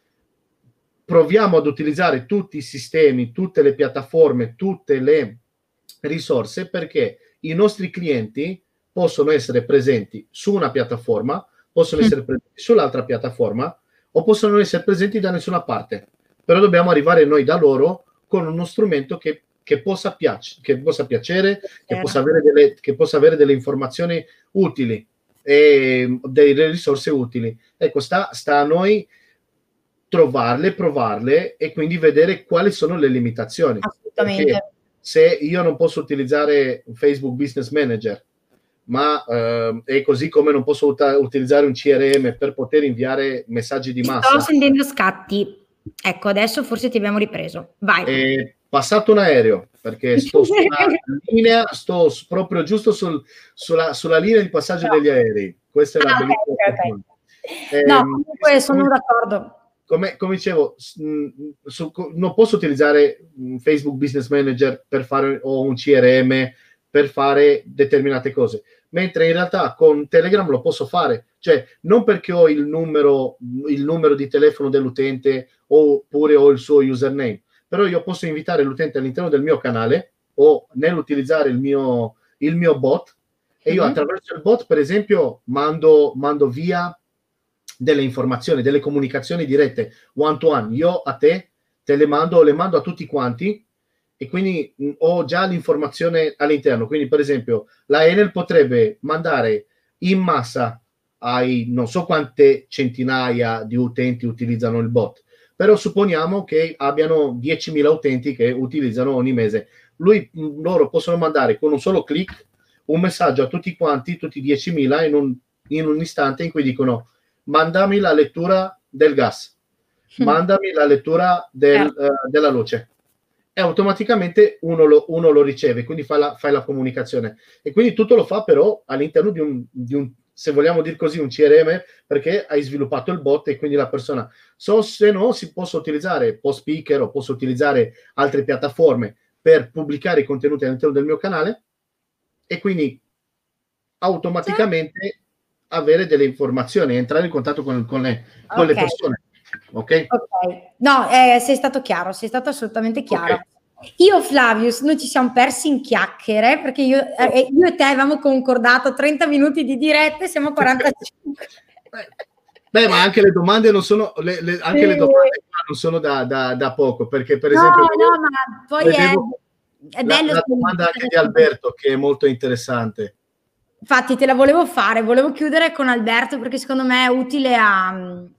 proviamo ad utilizzare tutti i sistemi, tutte le piattaforme, tutte le risorse, perché i nostri clienti possono essere presenti su una piattaforma, possono essere presenti sull'altra piattaforma, o possono essere presenti da nessuna parte, però dobbiamo arrivare noi da loro con uno strumento che Che possa, piace, che possa piacere, che eh. possa avere delle, che possa avere delle informazioni utili e delle risorse utili. Ecco, sta, sta a noi trovarle, provarle e quindi vedere quali sono le limitazioni. Assolutamente. Perché se io non posso utilizzare Facebook Business Manager, ma eh, è così come non posso ut- utilizzare un C R M per poter inviare messaggi di massa. Sto sentendo scatti. Ecco, adesso forse ti abbiamo ripreso. Vai. È passato un aereo, perché sto sulla linea, sto proprio giusto sul, sulla, sulla linea di passaggio no. degli aerei. Questa è la ah, bellissima okay, okay. Eh, No, comunque sono come, d'accordo. Come, come dicevo, su, non posso utilizzare Facebook Business Manager per fare, o un C R M per fare determinate cose, mentre in realtà con Telegram lo posso fare, cioè non perché ho il numero, il numero di telefono dell'utente oppure ho il suo username, però io posso invitare l'utente all'interno del mio canale o nell'utilizzare il mio, il mio bot, e io mm-hmm. attraverso il bot, per esempio, mando, mando via delle informazioni, delle comunicazioni dirette, one to one, io a te te le mando, le mando a tutti quanti, e quindi mh, ho già l'informazione all'interno. Quindi per esempio la Enel potrebbe mandare in massa ai non so quante centinaia di utenti utilizzano il bot, però supponiamo che abbiano diecimila utenti che utilizzano ogni mese. Lui, mh, loro possono mandare con un solo click un messaggio a tutti quanti, tutti diecimila, in un, in un istante in cui dicono mandami la lettura del gas, mandami la lettura del, uh, della luce, e automaticamente uno lo, uno lo riceve, quindi fai la, fai la comunicazione, e quindi tutto lo fa però all'interno di un, di un, se vogliamo dire così, un C R M, perché hai sviluppato il bot, e quindi la persona, so, se no si possa utilizzare Post Speaker o posso utilizzare altre piattaforme per pubblicare i contenuti all'interno del mio canale, e quindi automaticamente avere delle informazioni, entrare in contatto con, con, le, con okay. le persone. Ok? Ok. No, eh, sei stato chiaro, sei stato assolutamente chiaro. Okay. Io, Flavius, noi ci siamo persi in chiacchiere, perché io, eh, io e te avevamo concordato trenta minuti di diretta e siamo a quarantacinque. Beh, ma anche le domande non sono, le, le, anche sì. le domande non sono da, da, da poco, perché per no, esempio... No, ma poi vedevo, è, è bello... La, la domanda anche di Alberto, che è molto interessante. Infatti te la volevo fare, volevo chiudere con Alberto, perché secondo me è utile a,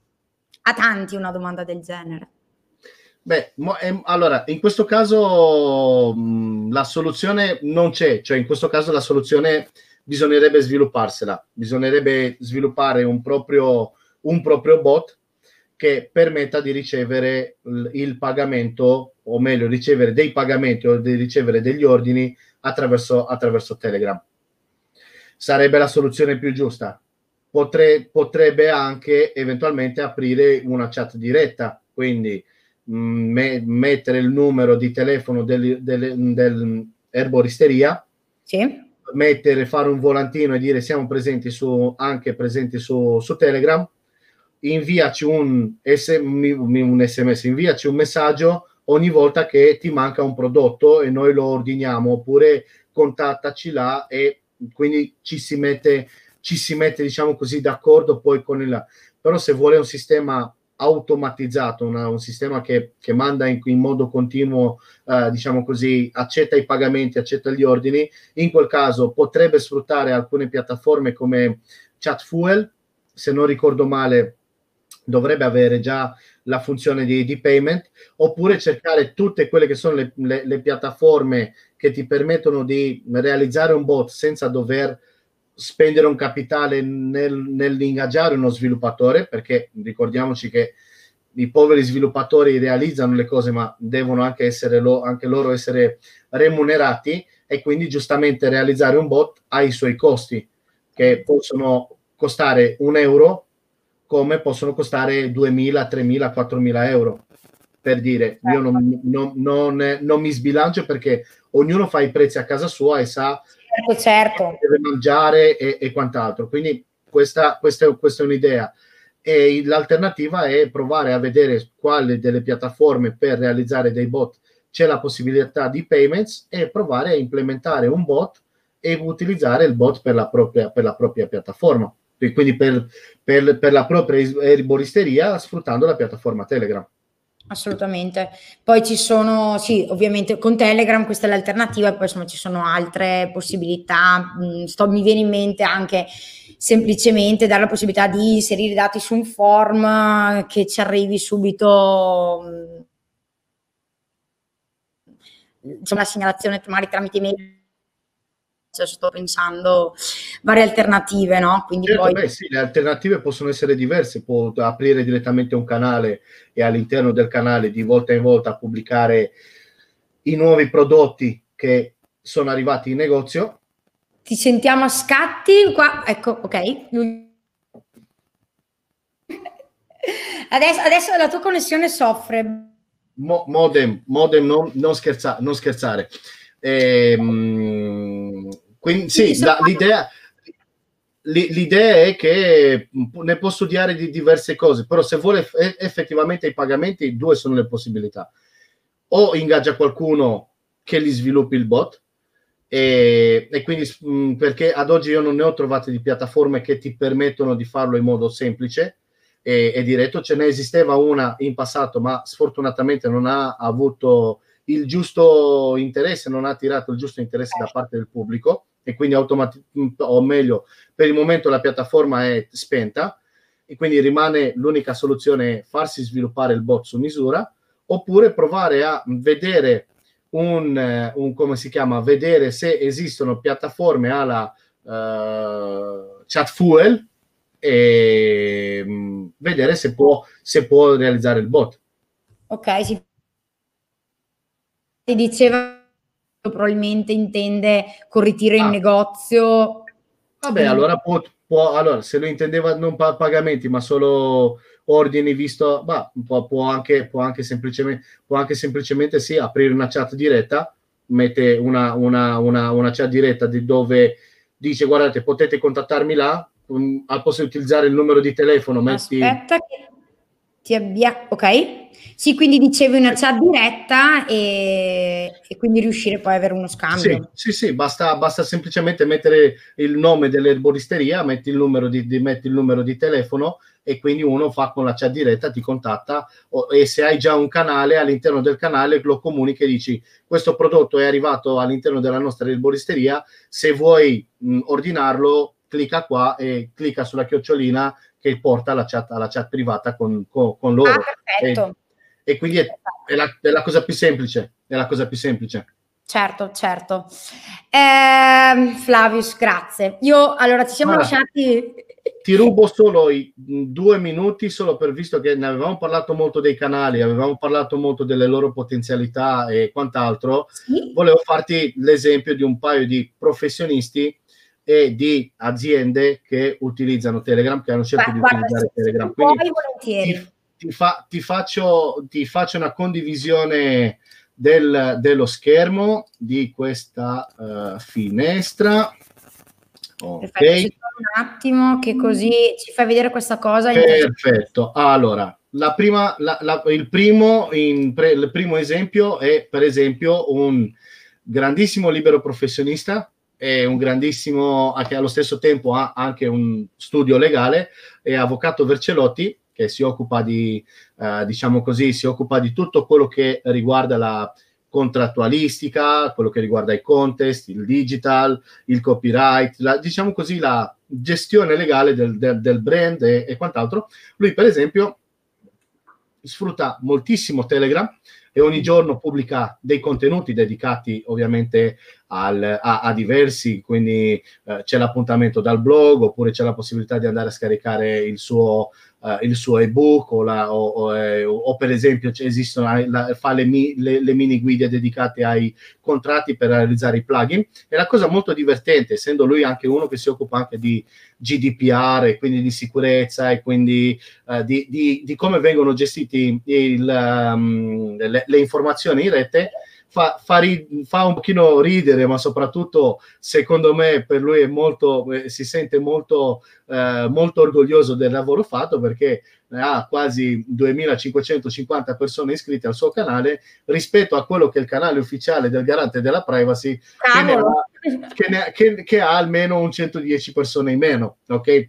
a tanti una domanda del genere. Beh, allora, in questo caso mh, la soluzione non c'è, cioè in questo caso la soluzione bisognerebbe svilupparsela, bisognerebbe sviluppare un proprio, un proprio bot che permetta di ricevere il, il pagamento, o meglio, ricevere dei pagamenti o di ricevere degli ordini attraverso, attraverso Telegram. Sarebbe la soluzione più giusta. Potre, potrebbe anche eventualmente aprire una chat diretta, quindi Me, mettere il numero di telefono del, del, del erboristeria, sì. mettere, fare un volantino e dire siamo presenti su, anche presenti su, su Telegram, inviaci un, un sms, inviaci un messaggio ogni volta che ti manca un prodotto e noi lo ordiniamo, oppure contattaci là, e quindi ci si mette, ci si mette diciamo così d'accordo poi con il... Però se vuole un sistema automatizzato, una, un sistema che, che manda in, in modo continuo, eh, diciamo così, accetta i pagamenti, accetta gli ordini, in quel caso potrebbe sfruttare alcune piattaforme come Chatfuel, se non ricordo male dovrebbe avere già la funzione di, di payment, oppure cercare tutte quelle che sono le, le, le piattaforme che ti permettono di realizzare un bot senza dover spendere un capitale nel, nell'ingaggiare uno sviluppatore, perché ricordiamoci che i poveri sviluppatori realizzano le cose, ma devono anche essere lo, anche loro essere remunerati, e quindi giustamente realizzare un bot ha i suoi costi, che possono costare un euro come possono costare duemila, tremila, quattromila euro, per dire. Io non, non, non, non mi sbilancio, perché ognuno fa i prezzi a casa sua e sa certo, certo. deve mangiare e, e quant'altro. Quindi questa, questa, è, questa è un'idea, e l'alternativa è provare a vedere quale delle piattaforme per realizzare dei bot c'è la possibilità di payments, e provare a implementare un bot e utilizzare il bot per la propria, per la propria piattaforma, quindi per, per, per la propria erboristeria, sfruttando la piattaforma Telegram. Assolutamente. Poi ci sono, sì, ovviamente con Telegram questa è l'alternativa, poi insomma ci sono altre possibilità. Sto, mi viene in mente anche semplicemente dare la possibilità di inserire dati su un form, che ci arrivi subito, insomma, la segnalazione magari tramite email. Cioè, sto pensando varie alternative, no? Quindi certo, poi... beh, sì, le alternative possono essere diverse, può aprire direttamente un canale e all'interno del canale di volta in volta pubblicare i nuovi prodotti che sono arrivati in negozio. Ti sentiamo a scatti qua, ecco, ok. Adesso, adesso la tua connessione soffre. Mo, modem, modem non, non, scherza, non scherzare. Ehm, quindi sì, la, l'idea, l'idea è che ne può studiare di diverse cose, però se vuole effettivamente i pagamenti, due sono le possibilità: o ingaggia qualcuno che gli sviluppi il bot, e, e quindi perché ad oggi io non ne ho trovate di piattaforme che ti permettono di farlo in modo semplice e, e diretto. Ce ne esisteva una in passato, ma sfortunatamente non ha avuto il giusto interesse, non ha attirato il giusto interesse da parte del pubblico, e quindi automaticamente, o meglio, per il momento la piattaforma è spenta, e quindi rimane l'unica soluzione farsi sviluppare il bot su misura, oppure provare a vedere un, un come si chiama, vedere se esistono piattaforme alla uh, Chatfuel e mh, vedere se può, se può realizzare il bot. Ok, si ti diceva probabilmente intende con ritiro in ah. negozio. Vabbè, allora può, può, allora se lo intendeva non pa- pagamenti, ma solo ordini visto, bah, può, può, anche, può, anche semplicemente, può anche semplicemente sì, aprire una chat diretta, mette una, una, una, una chat diretta di dove dice guardate potete contattarmi là, um, al posto di utilizzare il numero di telefono metti... Aspetta che ti abbia... ok, sì, quindi dicevi una chat diretta e, e quindi riuscire poi ad avere uno scambio. Sì, sì, sì, basta, basta semplicemente mettere il nome dell'erboristeria, metti il numero di, di, metti il numero di telefono e quindi uno fa con la chat diretta, ti contatta o, e se hai già un canale, all'interno del canale lo comunichi e dici questo prodotto è arrivato all'interno della nostra erboristeria, se vuoi mh, ordinarlo clicca qua e clicca sulla chiocciolina che porta alla chat, alla chat privata con, con, con loro. Ah, perfetto. E, e quindi è, è, la, è la cosa più semplice, è la cosa più semplice. Certo, certo. Eh, Flavius, grazie. Io, allora, ci siamo ah, lasciati... Ti rubo solo i due minuti, solo per visto che ne avevamo parlato molto dei canali, avevamo parlato molto delle loro potenzialità e quant'altro. Sì? Volevo farti l'esempio di un paio di professionisti e di aziende che utilizzano Telegram, che hanno scelto Beh, di utilizzare guarda, Telegram. Quindi ti, ti, fa, ti, faccio, ti faccio una condivisione del, dello schermo di questa uh, finestra. Ok. Perfetto, un attimo che così ci fai vedere questa cosa. Perfetto. Allora, la prima, la, la, il, primo in pre, il primo esempio è per esempio un grandissimo libero professionista e un grandissimo, che allo stesso tempo ha anche un studio legale, è Avvocato Vercelotti, che si occupa di, eh, diciamo così, si occupa di tutto quello che riguarda la contrattualistica, quello che riguarda i contest, il digital, il copyright, la, diciamo così la gestione legale del, del, del brand e, e quant'altro. Lui per esempio sfrutta moltissimo Telegram e ogni giorno pubblica dei contenuti dedicati ovviamente al, a, a diversi, quindi eh, c'è l'appuntamento dal blog oppure c'è la possibilità di andare a scaricare il suo Uh, il suo ebook o, la, o, o, eh, o per esempio esistono la, fa le, mi, le, le mini guide dedicate ai contratti per realizzare i plugin. È una cosa molto divertente, essendo lui anche uno che si occupa anche di G D P R e quindi di sicurezza e quindi uh, di, di, di come vengono gestiti il, um, le, le informazioni in rete. Fa, fa, ri, fa un pochino ridere, ma soprattutto secondo me per lui è molto, eh, si sente molto, eh, molto orgoglioso del lavoro fatto, perché ha quasi duemilacinquecentocinquanta persone iscritte al suo canale rispetto a quello che è il canale ufficiale del Garante della Privacy, che, ne ha, che, ne, che, che ha almeno un centodieci persone in meno, ok?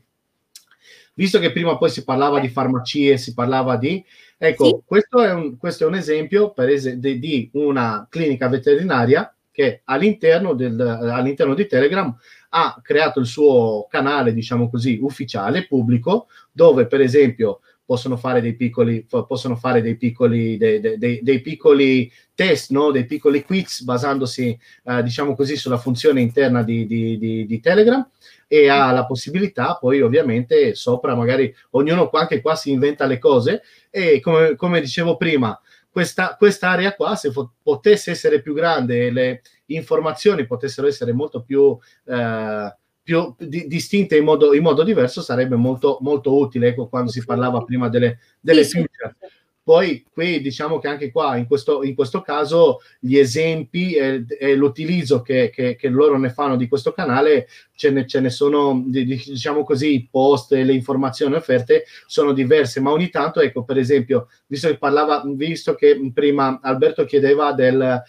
Visto che prima poi si parlava di farmacie, si parlava di... Ecco, sì. questo, è un, questo è un esempio per es- di, di una clinica veterinaria che all'interno, del, all'interno di Telegram ha creato il suo canale, diciamo così, ufficiale, pubblico, dove per esempio possono fare dei piccoli, possono fare dei piccoli, dei, dei, dei piccoli test, no? Dei piccoli quiz basandosi, eh, diciamo così, sulla funzione interna di, di, di, di Telegram, e ha la possibilità poi ovviamente sopra magari ognuno qua, anche qua si inventa le cose e come, come dicevo prima questa quest'area qua se fo- potesse essere più grande e le informazioni potessero essere molto più, eh, più di- distinte in modo, in modo diverso sarebbe molto, molto utile, ecco, quando si parlava prima delle, delle sì, future. Sì. Poi qui diciamo che anche qua in questo, in questo caso gli esempi e, e l'utilizzo che, che, che loro ne fanno di questo canale ce ne, ce ne sono, diciamo così, i post e le informazioni offerte sono diverse, ma ogni tanto, ecco, per esempio, visto che parlava, visto che prima Alberto chiedeva del,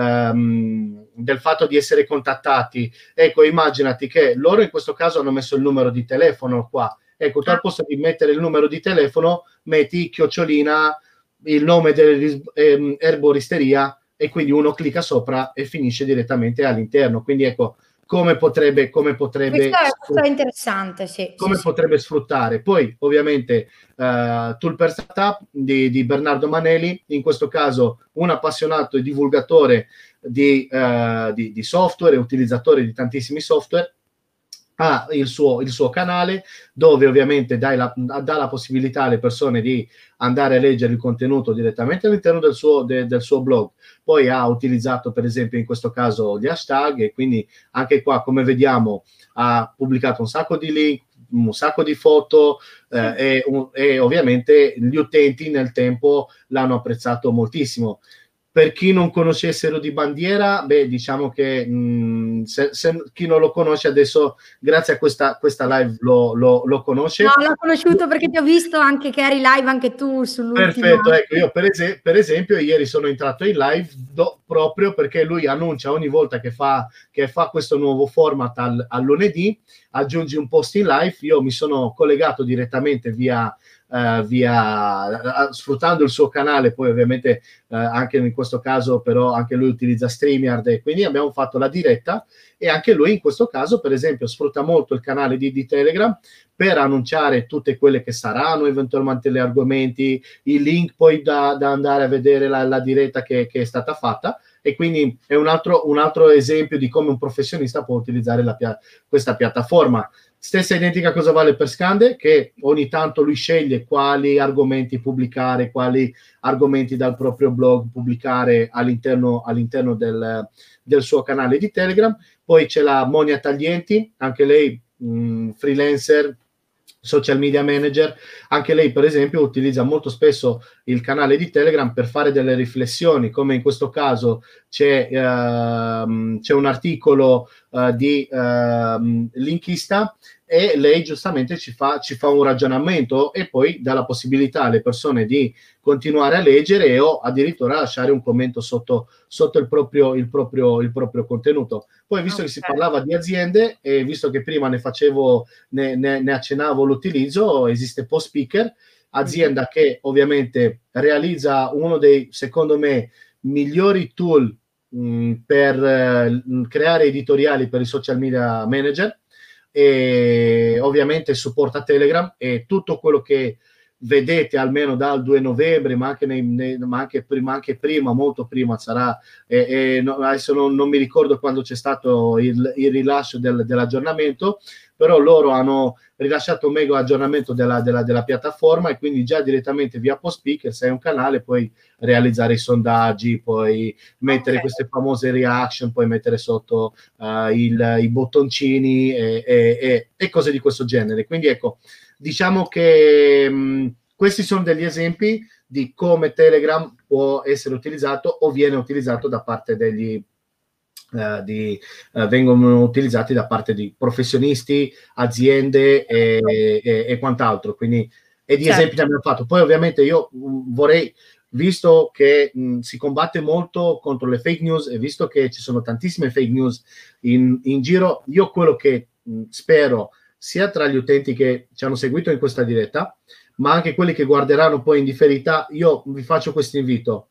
um, del fatto di essere contattati, ecco, immaginati che loro in questo caso hanno messo il numero di telefono qua. Ecco, tu al posto di mettere il numero di telefono, metti chiocciolina, il nome dell'erboristeria e quindi uno clicca sopra e finisce direttamente all'interno. Quindi ecco, come potrebbe, come potrebbe, questo è, questo è interessante, sì, come sì, potrebbe sì. sfruttare. Poi ovviamente uh, Tool per Startup di, di Bernardo Manelli, in questo caso un appassionato e divulgatore di, uh, di, di software e utilizzatore di tantissimi software, ha il suo, il suo canale dove ovviamente dai la, dà la possibilità alle persone di andare a leggere il contenuto direttamente all'interno del suo, de, del suo blog. Poi ha utilizzato per esempio in questo caso gli hashtag e quindi anche qua, come vediamo, ha pubblicato un sacco di link, un sacco di foto eh, e, un, e ovviamente gli utenti nel tempo l'hanno apprezzato moltissimo. Per chi non conoscessero di Bandiera, beh, diciamo che mh, se, se chi non lo conosce adesso, grazie a questa, questa live lo, lo, lo conosce. No, l'ho conosciuto perché ti ho visto anche che eri live anche tu sull'ultimo. Perfetto, ecco, io per, es- per esempio ieri sono entrato in live do- proprio perché lui annuncia ogni volta che fa, che fa questo nuovo format al, al lunedì, aggiungi un post in live, io mi sono collegato direttamente via, uh, via uh, sfruttando il suo canale, poi ovviamente uh, anche in questo caso però anche lui utilizza StreamYard e quindi abbiamo fatto la diretta e anche lui in questo caso per esempio sfrutta molto il canale di, di Telegram per annunciare tutte quelle che saranno eventualmente gli argomenti, i link poi da, da andare a vedere la, la diretta che, che è stata fatta e quindi è un altro, un altro esempio di come un professionista può utilizzare la, questa piattaforma. Stessa identica cosa vale per Scande, che ogni tanto lui sceglie quali argomenti pubblicare, quali argomenti dal proprio blog pubblicare all'interno, all'interno del, del suo canale di Telegram. Poi c'è la Monia Taglienti, anche lei mh, freelancer, social media manager, anche lei per esempio utilizza molto spesso il canale di Telegram per fare delle riflessioni, come in questo caso c'è, uh, c'è un articolo uh, di uh, Linkista e lei giustamente ci fa, ci fa un ragionamento e poi dà la possibilità alle persone di continuare a leggere o addirittura lasciare un commento sotto, sotto il, proprio, il, proprio, il proprio contenuto. Poi visto okay. che si parlava di aziende e visto che prima ne facevo, ne, ne, ne accennavo l'utilizzo, esiste PostSpeaker, azienda mm-hmm. che ovviamente realizza uno dei, secondo me, migliori tool mh, per eh, creare editoriali per i social media manager e ovviamente supporta Telegram e tutto quello che vedete almeno dal due novembre, ma anche, nei, nei, ma anche, prima, anche prima, molto prima sarà, eh, eh, no, adesso non, non mi ricordo quando c'è stato il, il rilascio del, dell'aggiornamento, però loro hanno rilasciato un mega aggiornamento della, della, della piattaforma e quindi già direttamente via PostSpeaker, se hai un canale puoi realizzare i sondaggi, puoi mettere okay. queste famose reaction, puoi mettere sotto uh, il, i bottoncini e, e, e, e cose di questo genere. Quindi ecco, diciamo che mh, questi sono degli esempi di come Telegram può essere utilizzato o viene utilizzato da parte degli uh, di, uh, vengono utilizzati da parte di professionisti, aziende e, e, e quant'altro. Quindi e di certo. esempi ne abbiamo fatto. Poi ovviamente io mh, vorrei, visto che mh, si combatte molto contro le fake news e visto che ci sono tantissime fake news in, in giro, io quello che mh, spero sia tra gli utenti che ci hanno seguito in questa diretta, ma anche quelli che guarderanno poi in differita, io vi faccio questo invito.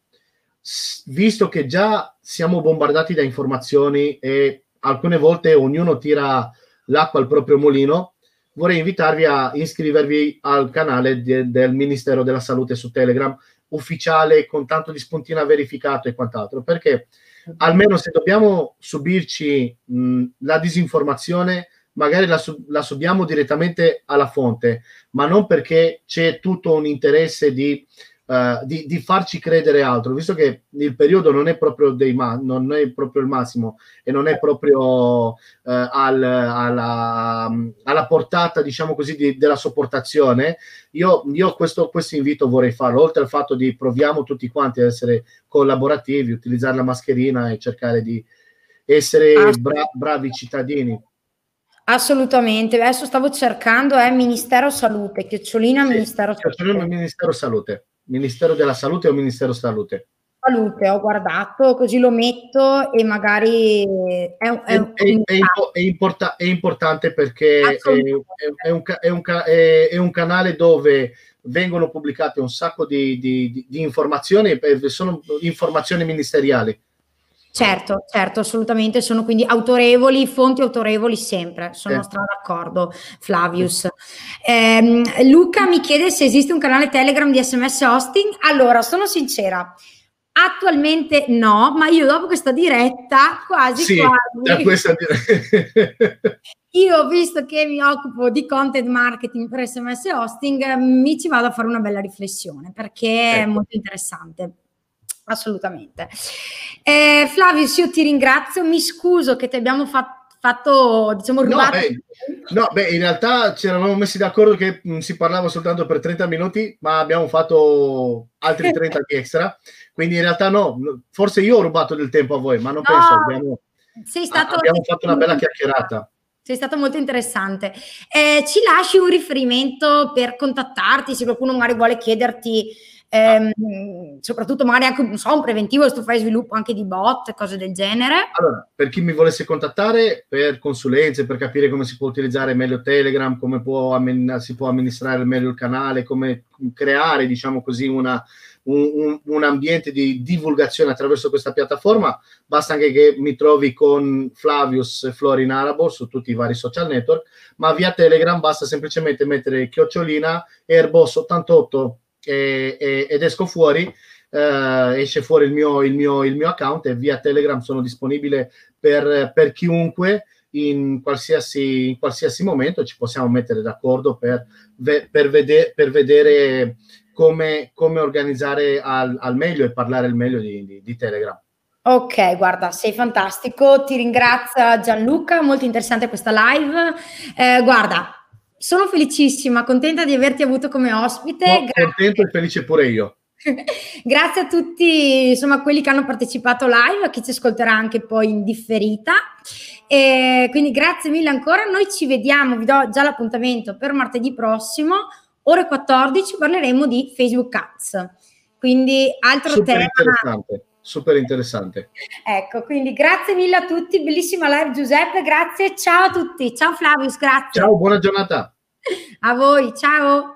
S- visto che già siamo bombardati da informazioni e alcune volte ognuno tira l'acqua al proprio mulino, vorrei invitarvi a iscrivervi al canale de- del Ministero della Salute su Telegram, ufficiale, con tanto di spuntina verificato e quant'altro, perché almeno se dobbiamo subirci mh, la disinformazione, magari la, sub- la subiamo direttamente alla fonte, ma non perché c'è tutto un interesse di, uh, di, di farci credere altro, visto che il periodo non è proprio, dei ma- non è proprio il massimo e non è proprio uh, al, alla, alla portata, diciamo così, di, della sopportazione. Io, io questo, questo invito vorrei farlo, oltre al fatto di proviamo tutti quanti ad essere collaborativi, utilizzare la mascherina e cercare di essere bra- bravi cittadini. Assolutamente, adesso stavo cercando è eh, Ministero Salute, chiocciolina sì, Ministero Salute. Ministero Salute, Ministero della Salute o Ministero Salute? Salute, ho guardato, così lo metto e magari è, un, è, è, un, è, è, impo- è, importa- è importante perché è, è, un, è, un, è, è un canale dove vengono pubblicate un sacco di, di, di, di informazioni, sono informazioni ministeriali. Certo, certo, assolutamente, sono quindi autorevoli, fonti autorevoli sempre, sono Eh. stra d'accordo, Flavius. Ehm, Luca mi chiede se esiste un canale Telegram di S M S hosting. Allora, sono sincera, attualmente no, ma io dopo questa diretta, quasi Sì, da quasi, questa diretta. io visto che mi occupo di content marketing per S M S hosting, mi ci vado a fare una bella riflessione, perché è Ecco. molto interessante. Assolutamente. Eh, Flavius, io ti ringrazio, mi scuso che ti abbiamo fatto, fatto diciamo, rubato. No, beh, no, beh, in realtà ci eravamo messi d'accordo che mh, si parlava soltanto per trenta minuti, ma abbiamo fatto altri trenta di extra, quindi in realtà no, forse io ho rubato del tempo a voi, ma non No, penso, abbiamo, sei stato, abbiamo fatto una bella chiacchierata. Sei stato molto interessante. Eh, ci lasci un riferimento per contattarti, se qualcuno magari vuole chiederti, ehm, soprattutto magari anche non so, un preventivo, se tu fai sviluppo anche di bot, cose del genere. Allora, per chi mi volesse contattare per consulenze, per capire come si può utilizzare meglio Telegram, come può si può amministrare meglio il canale, come creare, diciamo così, una Un, un, un ambiente di divulgazione attraverso questa piattaforma, basta anche che mi trovi con Flavius Florin Arabo su tutti i vari social network, ma via Telegram basta semplicemente mettere chiocciolina Airbus ottantotto e, e, ed esco fuori, eh, esce fuori il mio, il, mio, il mio account, e via Telegram sono disponibile per, per chiunque in qualsiasi, in qualsiasi momento. Ci possiamo mettere d'accordo per, per, vede, per vedere Come, come organizzare al, al meglio e parlare al meglio di, di, di Telegram. Ok, guarda, sei fantastico, ti ringrazio Gianluca, molto interessante questa live. Eh, guarda, sono felicissima, contenta di averti avuto come ospite. No, contento e felice pure io. Grazie a tutti, insomma, quelli che hanno partecipato live, a chi ci ascolterà anche poi in differita. E quindi grazie mille ancora, noi ci vediamo, vi do già l'appuntamento per martedì prossimo, ore quattordici, parleremo di Facebook Ads. Quindi altro super tema. Interessante, super interessante. Ecco, quindi grazie mille a tutti, bellissima live Giuseppe, grazie, ciao a tutti, ciao Flavius, grazie. Ciao, buona giornata. A voi, ciao.